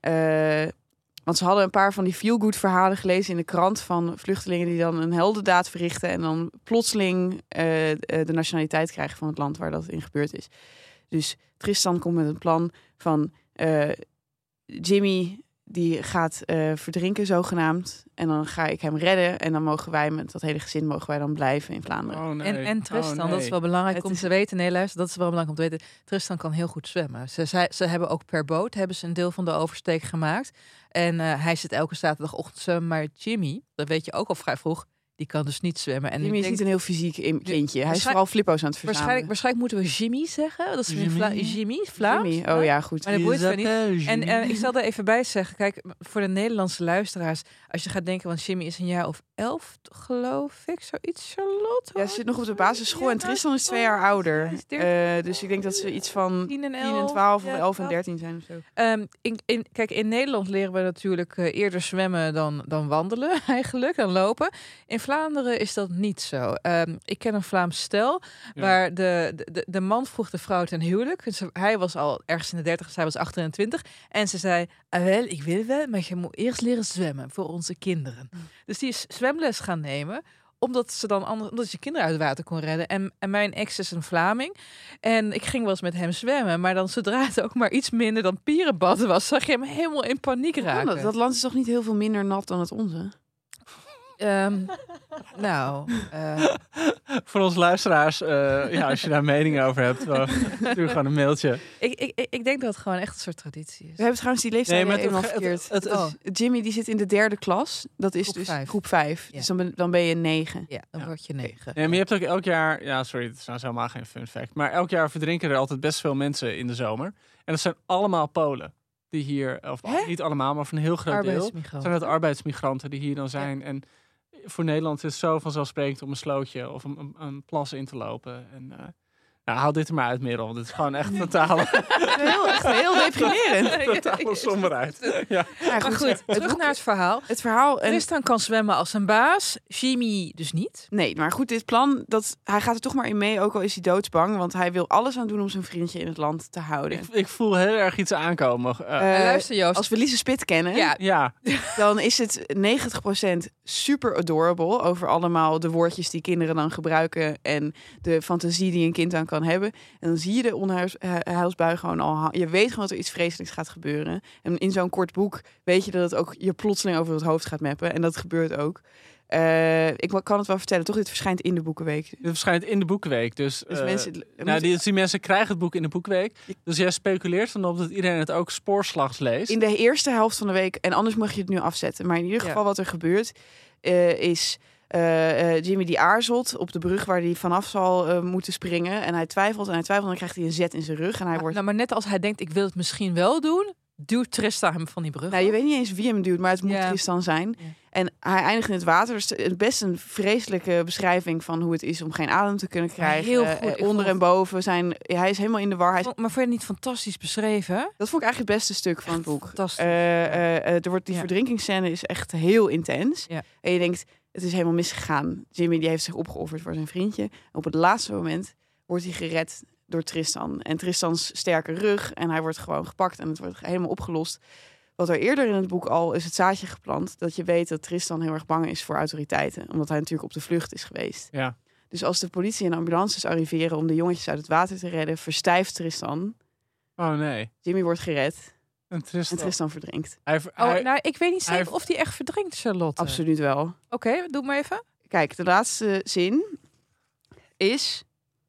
want ze hadden een paar van die feel-good verhalen gelezen in de krant van vluchtelingen die dan een heldendaad verrichten en dan plotseling de nationaliteit krijgen van het land waar dat in gebeurd is. Dus Tristan komt met een plan van Jimmy die gaat verdrinken zogenaamd. En dan ga ik hem redden. En dan mogen wij met dat hele gezin dan blijven in Vlaanderen. Oh, nee. En Tristan, Oh, dat is wel belangrijk Het om is- te weten. Nee, luister, dat is wel belangrijk om te weten. Tristan kan heel goed zwemmen. Ze hebben ook per boot een deel van de oversteek gemaakt. En hij zit elke zaterdagochtend zwemmen. Maar Jimmy, dat weet je ook al vrij vroeg, die kan dus niet zwemmen. En Jimmy ik is denk, niet een heel fysiek kindje. Hij is waarschijn- vooral flippo's aan het verzamelen. waarschijnlijk moeten we Jimmy zeggen. Dat is Jimmy? Jimmy, Vlaams. Jimmy, oh ja, goed. Maar dat boeit verder niet. En ik zal er even bij zeggen, kijk, voor de Nederlandse luisteraars, als je gaat denken, want Jimmy is een jaar of 11, geloof ik, zoiets, Charlotte. Ja, ze zit nog op de basisschool en Tristan is 2 jaar ouder. Dus ik denk dat ze iets van 10 en 10 en 12 of ja, 11 en dat. 13 zijn of zo. Kijk, in Nederland leren we natuurlijk eerder zwemmen dan wandelen, eigenlijk, dan lopen. In Vlaanderen is dat niet zo. Ik ken een Vlaams stel waar de man vroeg de vrouw ten huwelijk. Dus hij was al ergens in de 30, zij was 28. En ze zei, wel, ik wil wel, maar je moet eerst leren zwemmen voor onze kinderen. Dus die is zwemles gaan nemen, omdat je kinderen uit het water kon redden. En mijn ex is een Vlaming. En ik ging wel eens met hem zwemmen. Maar dan zodra het ook maar iets minder dan pierenbad was, zag je hem helemaal in paniek raken. Dat land is toch niet heel veel minder nat dan het onze? Voor ons luisteraars, als je daar meningen over hebt, doe gewoon een mailtje. Ik denk dat het gewoon echt een soort traditie is. We hebben trouwens die leeftijd Nee, maar helemaal het- verkeerd. het- Jimmy die zit in de 3e klas. Dat is Groep dus 5. groep 5. Ja. Dus dan ben je 9. Ja, dan word je 9. Nee, maar je hebt ook elk jaar... Ja, sorry, het is nou helemaal geen fun fact. Maar elk jaar verdrinken er altijd best veel mensen in de zomer. En dat zijn allemaal Polen. Die hier, of niet allemaal, maar van een heel groot deel. Zijn het arbeidsmigranten die hier dan zijn. En voor Nederland is het zo vanzelfsprekend om een slootje of een plas in te lopen. En haal dit er maar uit, Merel. Dit is gewoon echt totale Heel deprimerend. somberheid. Ja. Ja, Maar goed, terug naar het verhaal. Het verhaal... Tristan kan zwemmen als een baas. Jimmy dus niet. Nee, maar goed, dit plan, hij gaat er toch maar in mee, ook al is hij doodsbang. Want hij wil alles aan doen om zijn vriendje in het land te houden. Ik voel heel erg iets aankomen. Luister Joost. Als we Lise Spit kennen, Ja, dan is het 90% super adorable over allemaal de woordjes die kinderen dan gebruiken en de fantasie die een kind dan kan hebben. En dan zie je de onheilsbui gewoon al. Je weet gewoon dat er iets vreselijks gaat gebeuren. En in zo'n kort boek weet je dat het ook je plotseling over het hoofd gaat meppen. En dat gebeurt ook. Ik kan het wel vertellen, toch? Dit verschijnt in de Boekenweek. Dit verschijnt in de Boekenweek. Dus mensen... die mensen krijgen het boek in de Boekenweek. Dus jij speculeert dan op dat iedereen het ook spoorslags leest. In de eerste helft van de week, en anders mag je het nu afzetten. Maar in ieder geval wat er gebeurt, is Jimmy die aarzelt op de brug waar hij vanaf zal moeten springen. En hij twijfelt en dan krijgt hij een zet in zijn rug. En hij wordt... maar net als hij denkt, ik wil het misschien wel doen, duwt Tristan hem van die brug. Nou, je weet niet eens wie hem duwt, maar het moet Ja. Tristan zijn. Ja. En hij eindigt in het water. Dus best een vreselijke beschrijving van hoe het is om geen adem te kunnen krijgen. heel goed. Ik Onder vond- en boven zijn... hij is helemaal in de war. Maar vond je het niet fantastisch beschreven? Dat vond ik eigenlijk het beste stuk van het boek. Fantastisch. Er wordt die Ja. verdrinkingsscène is echt heel intens. Ja. En je denkt, het is helemaal misgegaan. Jimmy die heeft zich opgeofferd voor zijn vriendje. En op het laatste moment wordt hij gered door Tristan. En Tristans sterke rug. En hij wordt gewoon gepakt en het wordt helemaal opgelost. Wat er eerder in het boek al is het zaadje geplant. Dat je weet dat Tristan heel erg bang is voor autoriteiten. Omdat hij natuurlijk op de vlucht is geweest. Ja. Dus als de politie en ambulances arriveren om de jongetjes uit het water te redden, verstijft Tristan. Oh nee. Jimmy wordt gered En Tristan. en Tristan verdrinkt. Ik weet niet zeker hij- of die echt verdrinkt, Charlotte. Absoluut wel. Oké, doe maar even. Kijk, de laatste zin is...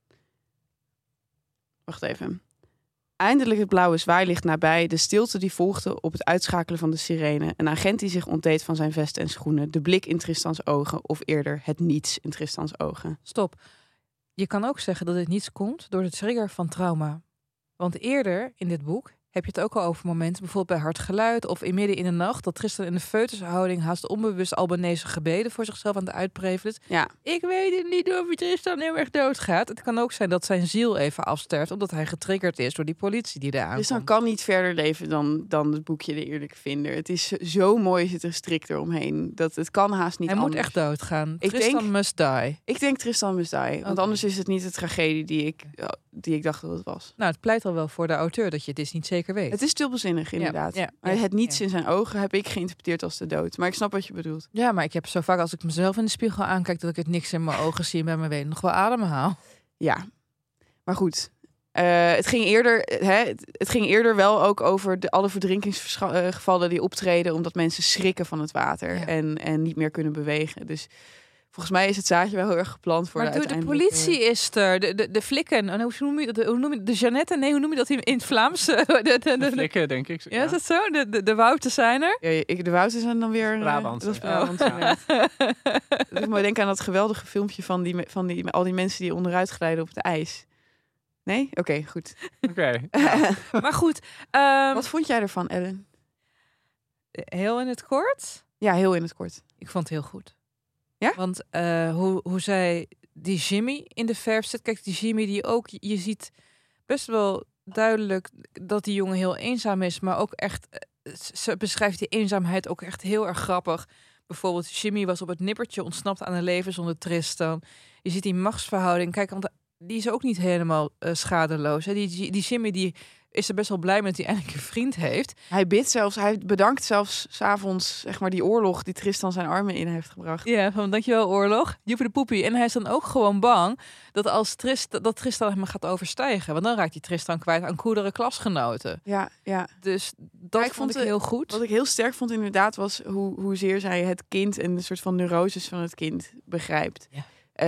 Wacht even. Eindelijk het blauwe zwaailicht nabij, de stilte die volgde op het uitschakelen van de sirene. Een agent die zich ontdeed van zijn vest en schoenen. De blik in Tristans ogen, of eerder het niets in Tristans ogen. Stop. Je kan ook zeggen dat dit niets komt door de trigger van trauma. Want eerder in dit boek heb je het ook al over momenten, bijvoorbeeld bij hard geluid of in midden in de nacht, dat Tristan in de foetushouding haast onbewust Albanese gebeden voor zichzelf aan het uitprevelen is. Ja, Ik weet het niet of Tristan heel erg doodgaat. Het kan ook zijn dat zijn ziel even afsterft, omdat hij getriggerd is door die politie die daar aankomt. Tristan kan niet verder leven dan het boekje De Eerlijke Vinder. Het is zo mooi, zit er een strik eromheen. Dat het kan haast niet Hij anders. moet echt doodgaan. Ik Tristan denk- must die. Ik denk Tristan must die. Want Oké. anders is het niet de tragedie die ik dacht dat het was. Nou, het pleit al wel voor de auteur dat je het is niet zeker weet. Het is dubbelzinnig, inderdaad. ja, Maar ja, het niets ja. in zijn ogen heb ik geïnterpreteerd als de dood. Maar ik snap wat je bedoelt. Ja, maar ik heb zo vaak als ik mezelf in de spiegel aankijk dat ik het niks in mijn ogen zie en bij mijn benen nog wel ademhaal. Ja. Maar goed, Het ging eerder wel ook over alle verdrinkingsgevallen die optreden omdat mensen schrikken van het water en niet meer kunnen bewegen. Dus volgens mij is het zaadje wel heel erg geplant voor maar de politie is er, de flikken. Hoe noem je dat? De Jeannette? Nee, hoe noem je dat in het Vlaams? De flikken, denk ik. Ja, is dat zo? De wouten zijn er? Ja, de wouten zijn dan weer... Brabant. Dat is Brabant. Ja. Ik moet denken aan dat geweldige filmpje van al die mensen die onderuit glijden op het ijs. Nee? Oké, goed. Oké. Maar goed. Wat vond jij ervan, Ellen? Heel in het kort? Ja, heel in het kort. Ik vond het heel goed. Ja? Want hoe zij die Jimmy in de verf zet. Kijk, die Jimmy die ook... Je ziet best wel duidelijk dat die jongen heel eenzaam is. Maar ook echt... Ze beschrijft die eenzaamheid ook echt heel erg grappig. Bijvoorbeeld, Jimmy was op het nippertje ontsnapt aan een leven zonder Tristan. Je ziet die machtsverhouding. Kijk, want die is ook niet helemaal schadeloos. Hè? Die Jimmy die is er best wel blij met dat hij eindelijk een vriend heeft. Hij bedankt zelfs 's avonds, zeg maar, die oorlog die Tristan zijn armen in heeft gebracht. Ja, van dankjewel oorlog. Joepie de poepie. En hij is dan ook gewoon bang dat dat Tristan hem gaat overstijgen. Want dan raakt hij Tristan kwijt aan coolere klasgenoten. Ja. Dus dat vond ik heel goed. Wat ik heel sterk vond inderdaad was hoezeer zij het kind en de soort van neuroses van het kind begrijpt. Ja.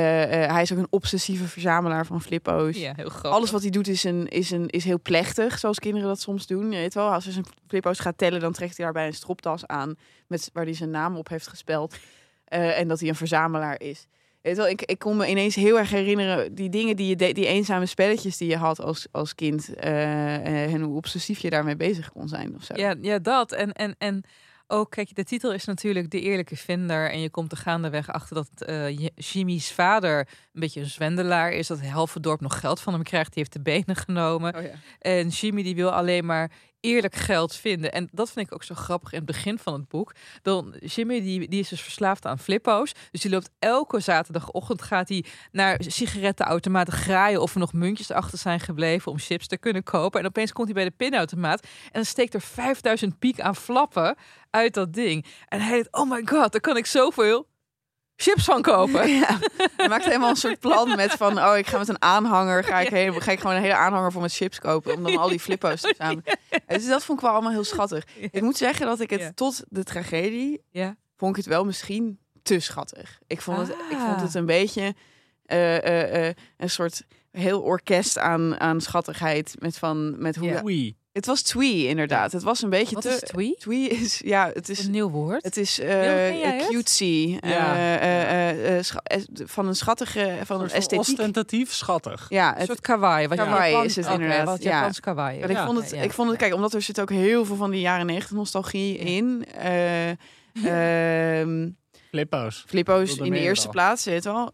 Hij is ook een obsessieve verzamelaar van flippo's. Ja, heel grappig. Alles wat hij doet is heel plechtig, zoals kinderen dat soms doen. Je weet wel, als hij zijn flippo's gaat tellen, dan trekt hij daarbij een stropdas aan waar hij zijn naam op heeft gespeld. En dat hij een verzamelaar is. Weet wel, ik kon me ineens heel erg herinneren die dingen die je deed, die eenzame spelletjes die je had als kind. En hoe obsessief je daarmee bezig kon zijn of zo. Ja, dat. En ook, kijk, de titel is natuurlijk De Eerlijke Vinder. En je komt er gaandeweg achter dat Jimmy's vader een beetje een zwendelaar is. Dat het halve dorp nog geld van hem krijgt. Die heeft de benen genomen. Oh ja. En Jimmy die wil alleen maar eerlijk geld vinden. En dat vind ik ook zo grappig in het begin van het boek. Dan Jimmy die is dus verslaafd aan flippo's. Dus die loopt elke zaterdagochtend gaat hij naar sigarettenautomaten graaien of er nog muntjes achter zijn gebleven om chips te kunnen kopen. En opeens komt hij bij de pinautomaat en dan steekt er 5000 piek aan flappen uit dat ding. En hij denkt, oh my god, daar kan ik zoveel chips van kopen. Ja. Hij maakt helemaal een soort plan met van, ik ga met een aanhanger, ga ik gewoon een hele aanhanger vol met chips kopen om dan al die flippo's te samen. Dus dat vond ik wel allemaal heel schattig. Ja. Ik moet zeggen dat ik het tot de tragedie vond ik het wel misschien te schattig. Ik vond het een beetje een soort heel orkest aan schattigheid met hoe. Ja. Het was twee, inderdaad. Het was een beetje Wat is twee? Twee is, het is een nieuw woord. Het is cutesy. Van een schattige, van een esthetiek. Ostentatief schattig. Ja, een soort kawaii. Kawaii is het inderdaad. Wat Japans kawaii. En ik vond het, kijk, omdat er zit ook heel veel van die jaren 90 nostalgie in. Flippo's in de eerste plaats, weet je wel.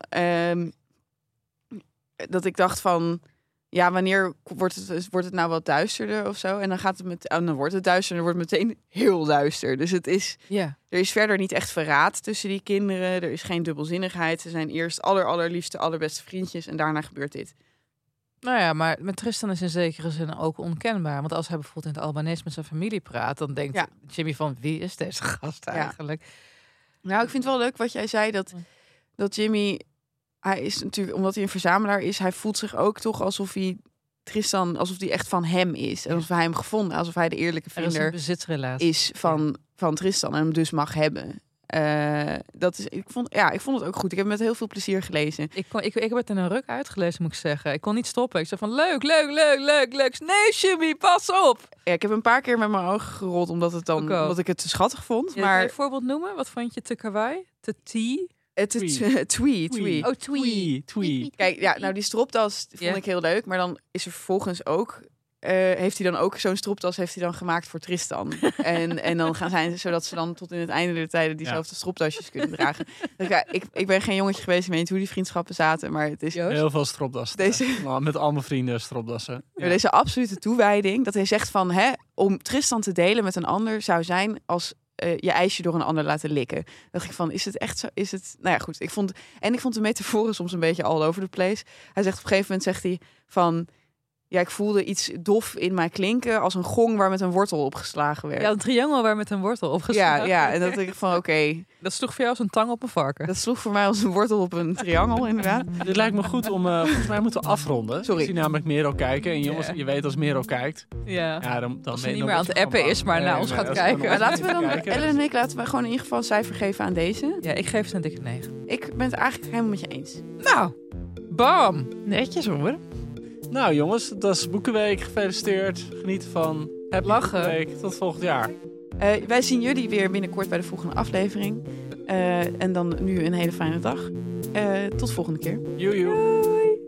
Dat ik dacht van, ja, wanneer wordt het nou wat duisterder of zo? En dan gaat het dan wordt het duister en dan wordt het meteen heel duister. Dus het is, er is verder niet echt verraad tussen die kinderen. Er is geen dubbelzinnigheid. Ze zijn eerst allerliefste, allerbeste vriendjes en daarna gebeurt dit. Nou ja, maar met Tristan is in zekere zin ook onkenbaar. Want als hij bijvoorbeeld in het Albanese met zijn familie praat, dan denkt Jimmy van, wie is deze gast eigenlijk? Ja. Nou, ik vind het wel leuk wat jij zei, dat Jimmy, hij is natuurlijk, omdat hij een verzamelaar is, hij voelt zich ook toch alsof hij Tristan, alsof hij echt van hem is. En alsof hij hem gevonden, alsof hij de eerlijke vinder is van Tristan en hem dus mag hebben. Ik vond het ook goed. Ik heb het met heel veel plezier gelezen. Ik heb het in een ruk uitgelezen, moet ik zeggen. Ik kon niet stoppen. Ik zei van leuk. Nee, Jimmy, pas op. Ja, ik heb een paar keer met mijn ogen gerold omdat ik het te schattig vond. Ja, maar kan je een voorbeeld noemen? Wat vond je te kawaii? Te twee? Twee. Kijk, nou die stropdas vond ik heel leuk, maar dan is er vervolgens ook heeft hij dan ook zo'n stropdas gemaakt voor Tristan. en dan zodat ze dan tot in het einde der tijden diezelfde stropdasjes kunnen dragen. Dus ik ben geen jongetje geweest, ik weet niet hoe die vriendschappen zaten, maar het is heel veel stropdassen. Met al mijn vrienden stropdassen. Ja. Deze absolute toewijding, dat hij zegt van, om Tristan te delen met een ander zou zijn als je ijsje door een ander laten likken. Dan dacht ik van, is het echt zo? Is het? Nou ja, goed. Ik vond de metaforen soms een beetje all over the place. Hij zegt op een gegeven moment, zegt hij van, Ja, ik voelde iets dof in mij klinken als een gong waar met een wortel op geslagen werd. Ja, een triangel waar met een wortel op geslagen. Ja, en dat ik van oké. Dat sloeg voor jou als een tang op een varken. Dat sloeg voor mij als een wortel op een triangel, inderdaad. Dit lijkt me goed om... volgens mij moeten we afronden. Sorry. Ik zie namelijk Merel kijken. En jongens, Ja. je weet als Merel kijkt... Ja. Ja, dan Als ze weet- niet dan meer aan wordt het ze appen gewoon is, maar bang. naar ons gaat als ze kijken. gewoon Maar laten we dan, kijken. Ellen en ik, laten we gewoon in ieder geval een cijfer geven aan deze. Ja, ik geef het een dikke 9. Ik ben het eigenlijk helemaal met je eens. Nou, bam! Netjes hoor. Nou jongens, dat is Boekenweek. Gefeliciteerd. Geniet ervan. Happy Lachen. Boekenweek. Tot volgend jaar. Wij zien jullie weer binnenkort bij de volgende aflevering. En dan nu een hele fijne dag. Tot volgende keer. Joejoe.